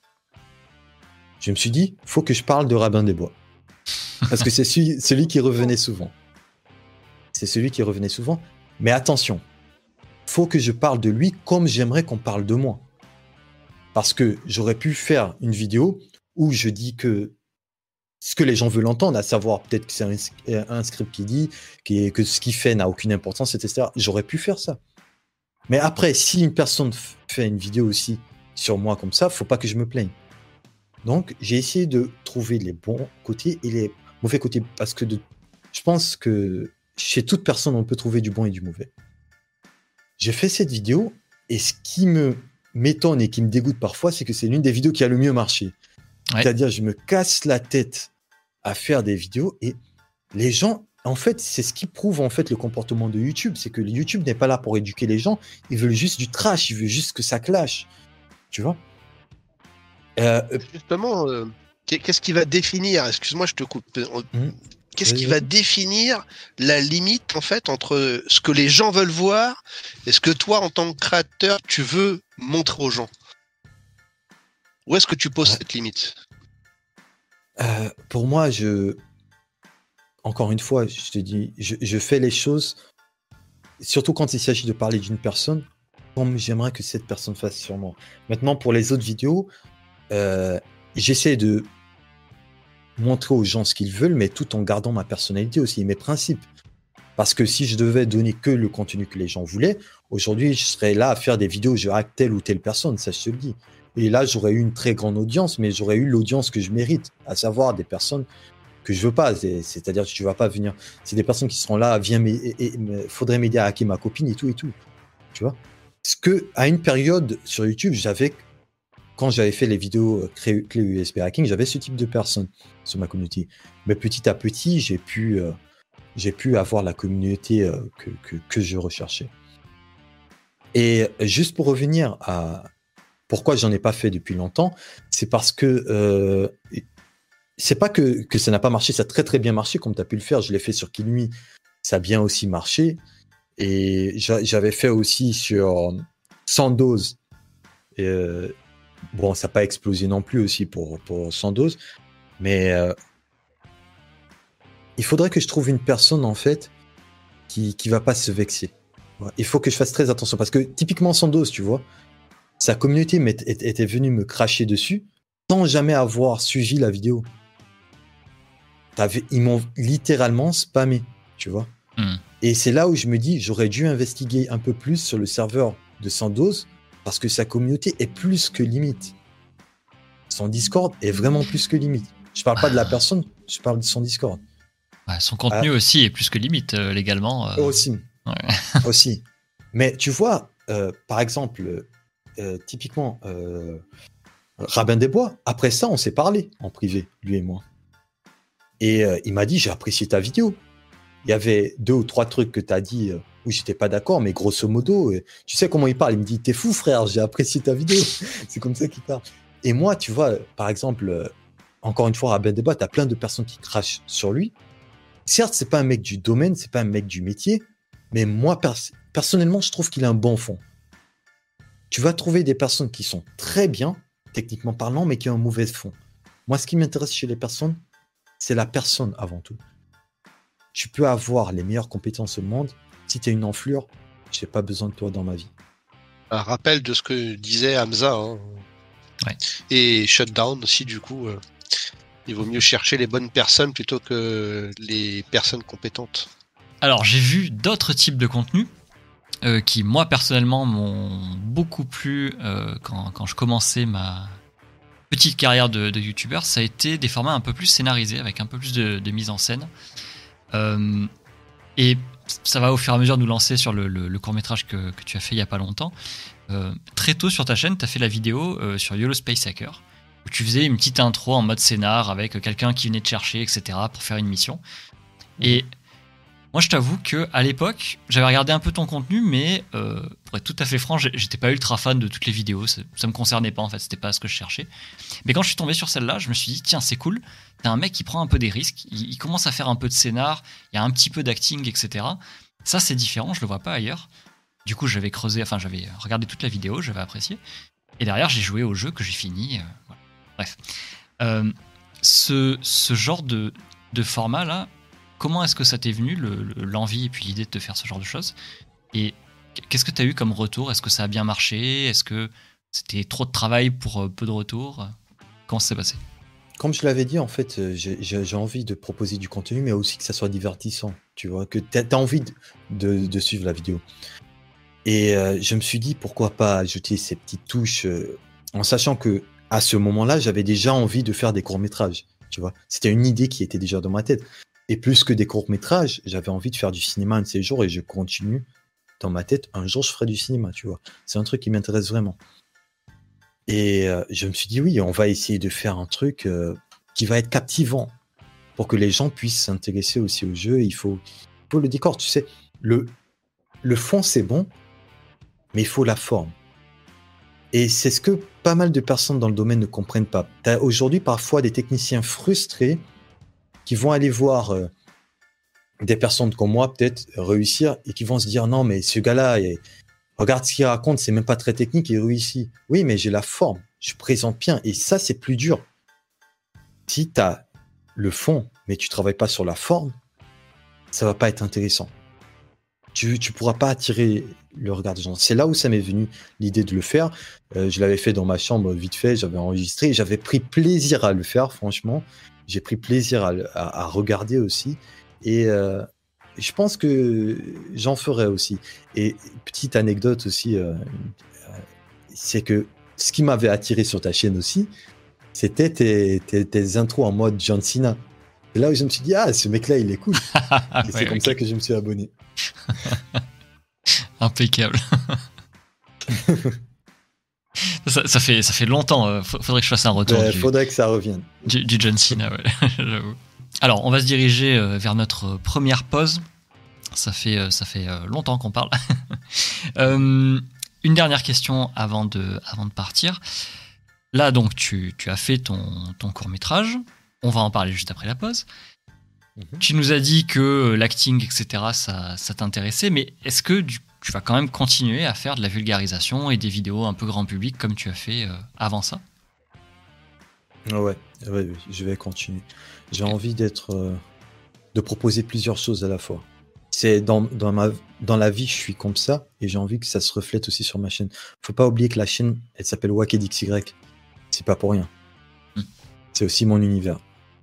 Je me suis dit, faut que je parle de Rabin des Bois. Parce que c'est celui, celui qui revenait souvent. C'est celui qui revenait souvent. Mais attention, faut que je parle de lui comme j'aimerais qu'on parle de moi. Parce que j'aurais pu faire une vidéo où je dis que ce que les gens veulent entendre, à savoir peut-être que c'est un, un script qui dit qui, que ce qu'il fait n'a aucune importance, et cetera. J'aurais pu faire ça. Mais après, si une personne fait une vidéo aussi sur moi comme ça, faut pas que je me plaigne. Donc, j'ai essayé de trouver les bons côtés et les mauvais côtés. Parce que de, je pense que chez toute personne, on peut trouver du bon et du mauvais. J'ai fait cette vidéo et ce qui me m'étonne et qui me dégoûte parfois, c'est que c'est l'une des vidéos qui a le mieux marché. Ouais. C'est-à-dire, je me casse la tête à faire des vidéos et les gens, en fait, c'est ce qui prouve en fait le comportement de YouTube. C'est que YouTube n'est pas là pour éduquer les gens. Ils veulent juste du trash. Ils veulent juste que ça clash. Tu vois ? euh, Justement, euh, qu'est-ce qui va définir, excuse-moi, je te coupe. Mmh. Qu'est-ce qui va définir la limite en fait entre ce que les gens veulent voir et ce que toi, en tant que créateur, tu veux montrer aux gens ? Où est-ce que tu poses ouais. cette limite ? euh, Pour moi, je, encore une fois, je te dis, je, je fais les choses, surtout quand il s'agit de parler d'une personne, comme j'aimerais que cette personne fasse sur moi. Maintenant, pour les autres vidéos, euh, j'essaie de montrer aux gens ce qu'ils veulent, mais tout en gardant ma personnalité aussi, mes principes. Parce que si je devais donner que le contenu que les gens voulaient, aujourd'hui, je serais là à faire des vidéos, je hack telle ou telle personne, ça je te le dis. Et là, j'aurais eu une très grande audience, mais j'aurais eu l'audience que je mérite, à savoir des personnes que je veux pas. C'est, c'est-à-dire que tu vas pas venir. C'est des personnes qui seront là, viens, mais faudrait m'aider à hacker ma copine et tout et tout. Tu vois. Parce que à une période sur YouTube, j'avais, quand j'avais fait les vidéos clé U S B hacking, j'avais ce type de personnes sur ma communauté. Mais petit à petit, j'ai pu, euh, j'ai pu avoir la communauté euh, que, que, que je recherchais. Et juste pour revenir à pourquoi j'en ai pas fait depuis longtemps, c'est parce que euh, c'est pas que, que ça n'a pas marché, ça a très très bien marché comme tu as pu le faire. Je l'ai fait sur Kinui, ça a bien aussi marché. Et j'avais fait aussi sur Sandoz. Et euh, bon, ça n'a pas explosé non plus aussi pour, pour Sandoz. Mais euh, il faudrait que je trouve une personne en fait qui qui va pas se vexer. Il faut que je fasse très attention parce que typiquement Sandoz, tu vois, sa communauté était venue me cracher dessus sans jamais avoir suivi la vidéo. T'avais, ils m'ont littéralement spammé, tu vois. Mm. Et c'est là où je me dis, j'aurais dû investiguer un peu plus sur le serveur de Sandoz parce que sa communauté est plus que limite. Son Discord est vraiment plus que limite. Je parle pas de la personne, je parle de son Discord. Ouais, son contenu ah. aussi est plus que limite euh, légalement. Euh... Aussi. Ouais. Aussi. Mais tu vois, euh, par exemple, euh, typiquement, euh, Rabin des Bois, après ça, on s'est parlé en privé, lui et moi. Et euh, il m'a dit, j'ai apprécié ta vidéo. Il y avait deux ou trois trucs que tu as dit euh, où j'étais pas d'accord, mais grosso modo, euh, tu sais comment il parle. Il me dit, t'es fou, frère, j'ai apprécié ta vidéo. C'est comme ça qu'il parle. Et moi, tu vois, par exemple, euh, encore une fois, Rabin des Bois, tu as plein de personnes qui crachent sur lui. Certes, c'est pas un mec du domaine, c'est pas un mec du métier, mais moi, pers- personnellement, je trouve qu'il a un bon fond. Tu vas trouver des personnes qui sont très bien, techniquement parlant, mais qui ont un mauvais fond. Moi, ce qui m'intéresse chez les personnes, c'est la personne avant tout. Tu peux avoir les meilleures compétences au monde. Si tu es une enflure, je n'ai pas besoin de toi dans ma vie. Un rappel de ce que disait Hamza. Hein. Ouais. Et Shutdown aussi, du coup. Euh, il vaut mieux chercher les bonnes personnes plutôt que les personnes compétentes. Alors, j'ai vu d'autres types de contenus euh, qui, moi, personnellement, m'ont beaucoup plu euh, quand, quand je commençais ma petite carrière de, de youtubeur. Ça a été des formats un peu plus scénarisés, avec un peu plus de, de mise en scène. Euh, et ça va au fur et à mesure nous lancer sur le, le, le court-métrage que, que tu as fait il n'y a pas longtemps. Euh, très tôt sur ta chaîne, tu as fait la vidéo euh, sur YOLO Space Hacker, où tu faisais une petite intro en mode scénar avec quelqu'un qui venait te chercher, et cetera, pour faire une mission. Et moi, je t'avoue qu'à l'époque, j'avais regardé un peu ton contenu, mais euh, pour être tout à fait franc, j'étais pas ultra fan de toutes les vidéos. Ça, ça me concernait pas, en fait, c'était pas ce que je cherchais. Mais quand je suis tombé sur celle-là, je me suis dit, tiens, c'est cool. T'as un mec qui prend un peu des risques, il, il commence à faire un peu de scénar, il y a un petit peu d'acting, et cetera. Ça, c'est différent, je le vois pas ailleurs. Du coup, j'avais creusé, enfin, j'avais regardé toute la vidéo, j'avais apprécié. Et derrière, j'ai joué au jeu que j'ai fini. Euh, voilà. Bref. Euh, ce, ce genre de, de format-là, comment est-ce que ça t'est venu, le, le, l'envie et puis l'idée de te faire ce genre de choses? Et qu'est-ce que tu as eu comme retour? Est-ce que ça a bien marché? Est-ce que c'était trop de travail pour peu de retour? Comment ça s'est passé? Comme je l'avais dit, en fait, j'ai, j'ai envie de proposer du contenu, mais aussi que ça soit divertissant, tu vois, que tu as envie de, de, de suivre la vidéo. Et euh, je me suis dit, pourquoi pas ajouter ces petites touches, euh, en sachant que à ce moment-là, j'avais déjà envie de faire des courts-métrages, tu vois. C'était une idée qui était déjà dans ma tête. Et plus que des courts-métrages, j'avais envie de faire du cinéma un de ces jours et je continue dans ma tête, un jour je ferai du cinéma, tu vois. C'est un truc qui m'intéresse vraiment. Et euh, je me suis dit, oui, on va essayer de faire un truc euh, qui va être captivant pour que les gens puissent s'intéresser aussi au jeu. Il faut, il faut le décor, tu sais. Le, le fond, c'est bon, mais il faut la forme. Et c'est ce que pas mal de personnes dans le domaine ne comprennent pas. Tu as aujourd'hui parfois des techniciens frustrés qui vont aller voir euh, des personnes comme moi, peut-être, réussir, et qui vont se dire, non, mais ce gars-là, il, regarde ce qu'il raconte, c'est même pas très technique, il réussit. Oui, mais j'ai la forme, je présente bien, et ça, c'est plus dur. Si tu as le fond, mais tu travailles pas sur la forme, ça va pas être intéressant. tu ne pourras pas attirer le regard des gens. C'est là où ça m'est venu l'idée de le faire. Euh, je l'avais fait dans ma chambre vite fait, j'avais enregistré, j'avais pris plaisir à le faire, franchement. J'ai pris plaisir à, à, à regarder aussi. Et euh, je pense que j'en ferai aussi. Et petite anecdote aussi, euh, c'est que ce qui m'avait attiré sur ta chaîne aussi, c'était tes, tes, tes intros en mode John Cena. C'est là où je me suis dit, ah, ce mec-là, il est cool. Et ouais, c'est comme okay. ça que je me suis abonné. Impeccable. ça, ça, fait, ça fait longtemps. Euh, faudrait que je fasse un retour. Il du, faudrait que ça revienne. Du, du John Cena, ouais. J'avoue. Alors, on va se diriger euh, vers notre première pause. Ça fait, euh, ça fait euh, longtemps qu'on parle. euh, une dernière question avant de, avant de partir. Là, donc, tu, tu as fait ton, ton court-métrage. On va en parler juste après la pause. Mm-hmm. Tu nous as dit que l'acting, et cetera, ça, ça t'intéressait, mais est-ce que du, tu vas quand même continuer à faire de la vulgarisation et des vidéos un peu grand public comme tu as fait euh, avant ça ? Ouais, ouais, je vais continuer. J'ai okay. envie d'être, euh, de proposer plusieurs choses à la fois. C'est dans, dans, ma, dans la vie, je suis comme ça, et j'ai envie que ça se reflète aussi sur ma chaîne. Faut pas oublier que la chaîne, elle s'appelle WakedXY. C'est pas pour rien. Mm. C'est aussi mon univers.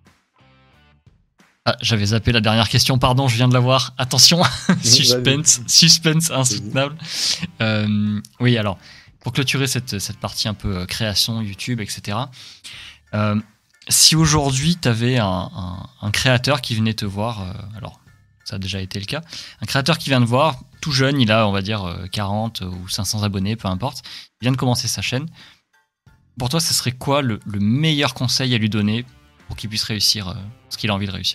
Ah, j'avais zappé la dernière question, pardon, je viens de la voir. Attention, suspense, suspense insoutenable. Euh, oui, alors, pour clôturer cette, cette partie un peu création, YouTube, et cetera, euh, si aujourd'hui tu avais un, un, un créateur qui venait te voir, euh, alors ça a déjà été le cas, un créateur qui vient te voir, tout jeune, il a on va dire quarante ou cinq cents abonnés, peu importe, il vient de commencer sa chaîne. Pour toi, ce serait quoi le, le meilleur conseil à lui donner pour qu'il puisse réussir euh, ce qu'il a envie de réussir ?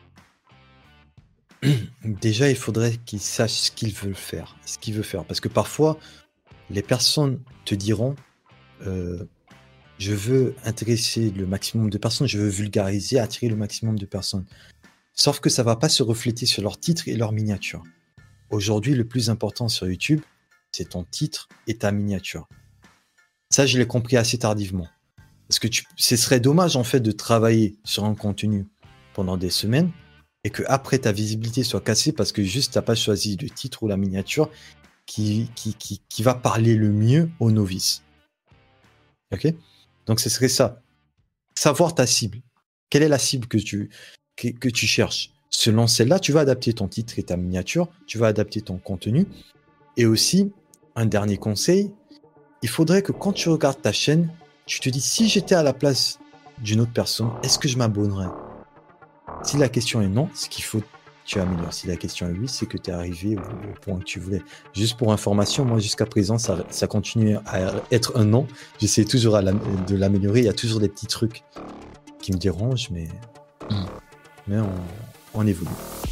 Déjà, il faudrait qu'il sache ce qu'il veut faire, ce qu'il veut faire, parce que parfois, les personnes te diront euh, je veux intéresser le maximum de personnes, je veux vulgariser, attirer le maximum de personnes. Sauf que ça ne va pas se refléter sur leur titre et leur miniature. Aujourd'hui, le plus important sur YouTube, c'est ton titre et ta miniature. Ça, je l'ai compris assez tardivement. Parce que tu, ce serait dommage, en fait, de travailler sur un contenu pendant des semaines et qu'après, ta visibilité soit cassée parce que juste, tu n'as pas choisi le titre ou la miniature qui, qui, qui, qui va parler le mieux aux novices. Ok ? Donc, ce serait ça. Savoir ta cible. Quelle est la cible que tu, que, que tu cherches ? Selon celle-là, tu vas adapter ton titre et ta miniature, tu vas adapter ton contenu. Et aussi, un dernier conseil, il faudrait que quand tu regardes ta chaîne, tu te dis, si j'étais à la place d'une autre personne, est-ce que je m'abonnerais ? Si la question est non, c'est qu'il faut que tu améliores. Si la question est oui, c'est que tu es arrivé au, au point que tu voulais. Juste pour information, moi jusqu'à présent, ça, ça continue à être un non. J'essaie toujours à la, de l'améliorer. Il y a toujours des petits trucs qui me dérangent, mais, mmh. mais on, on évolue.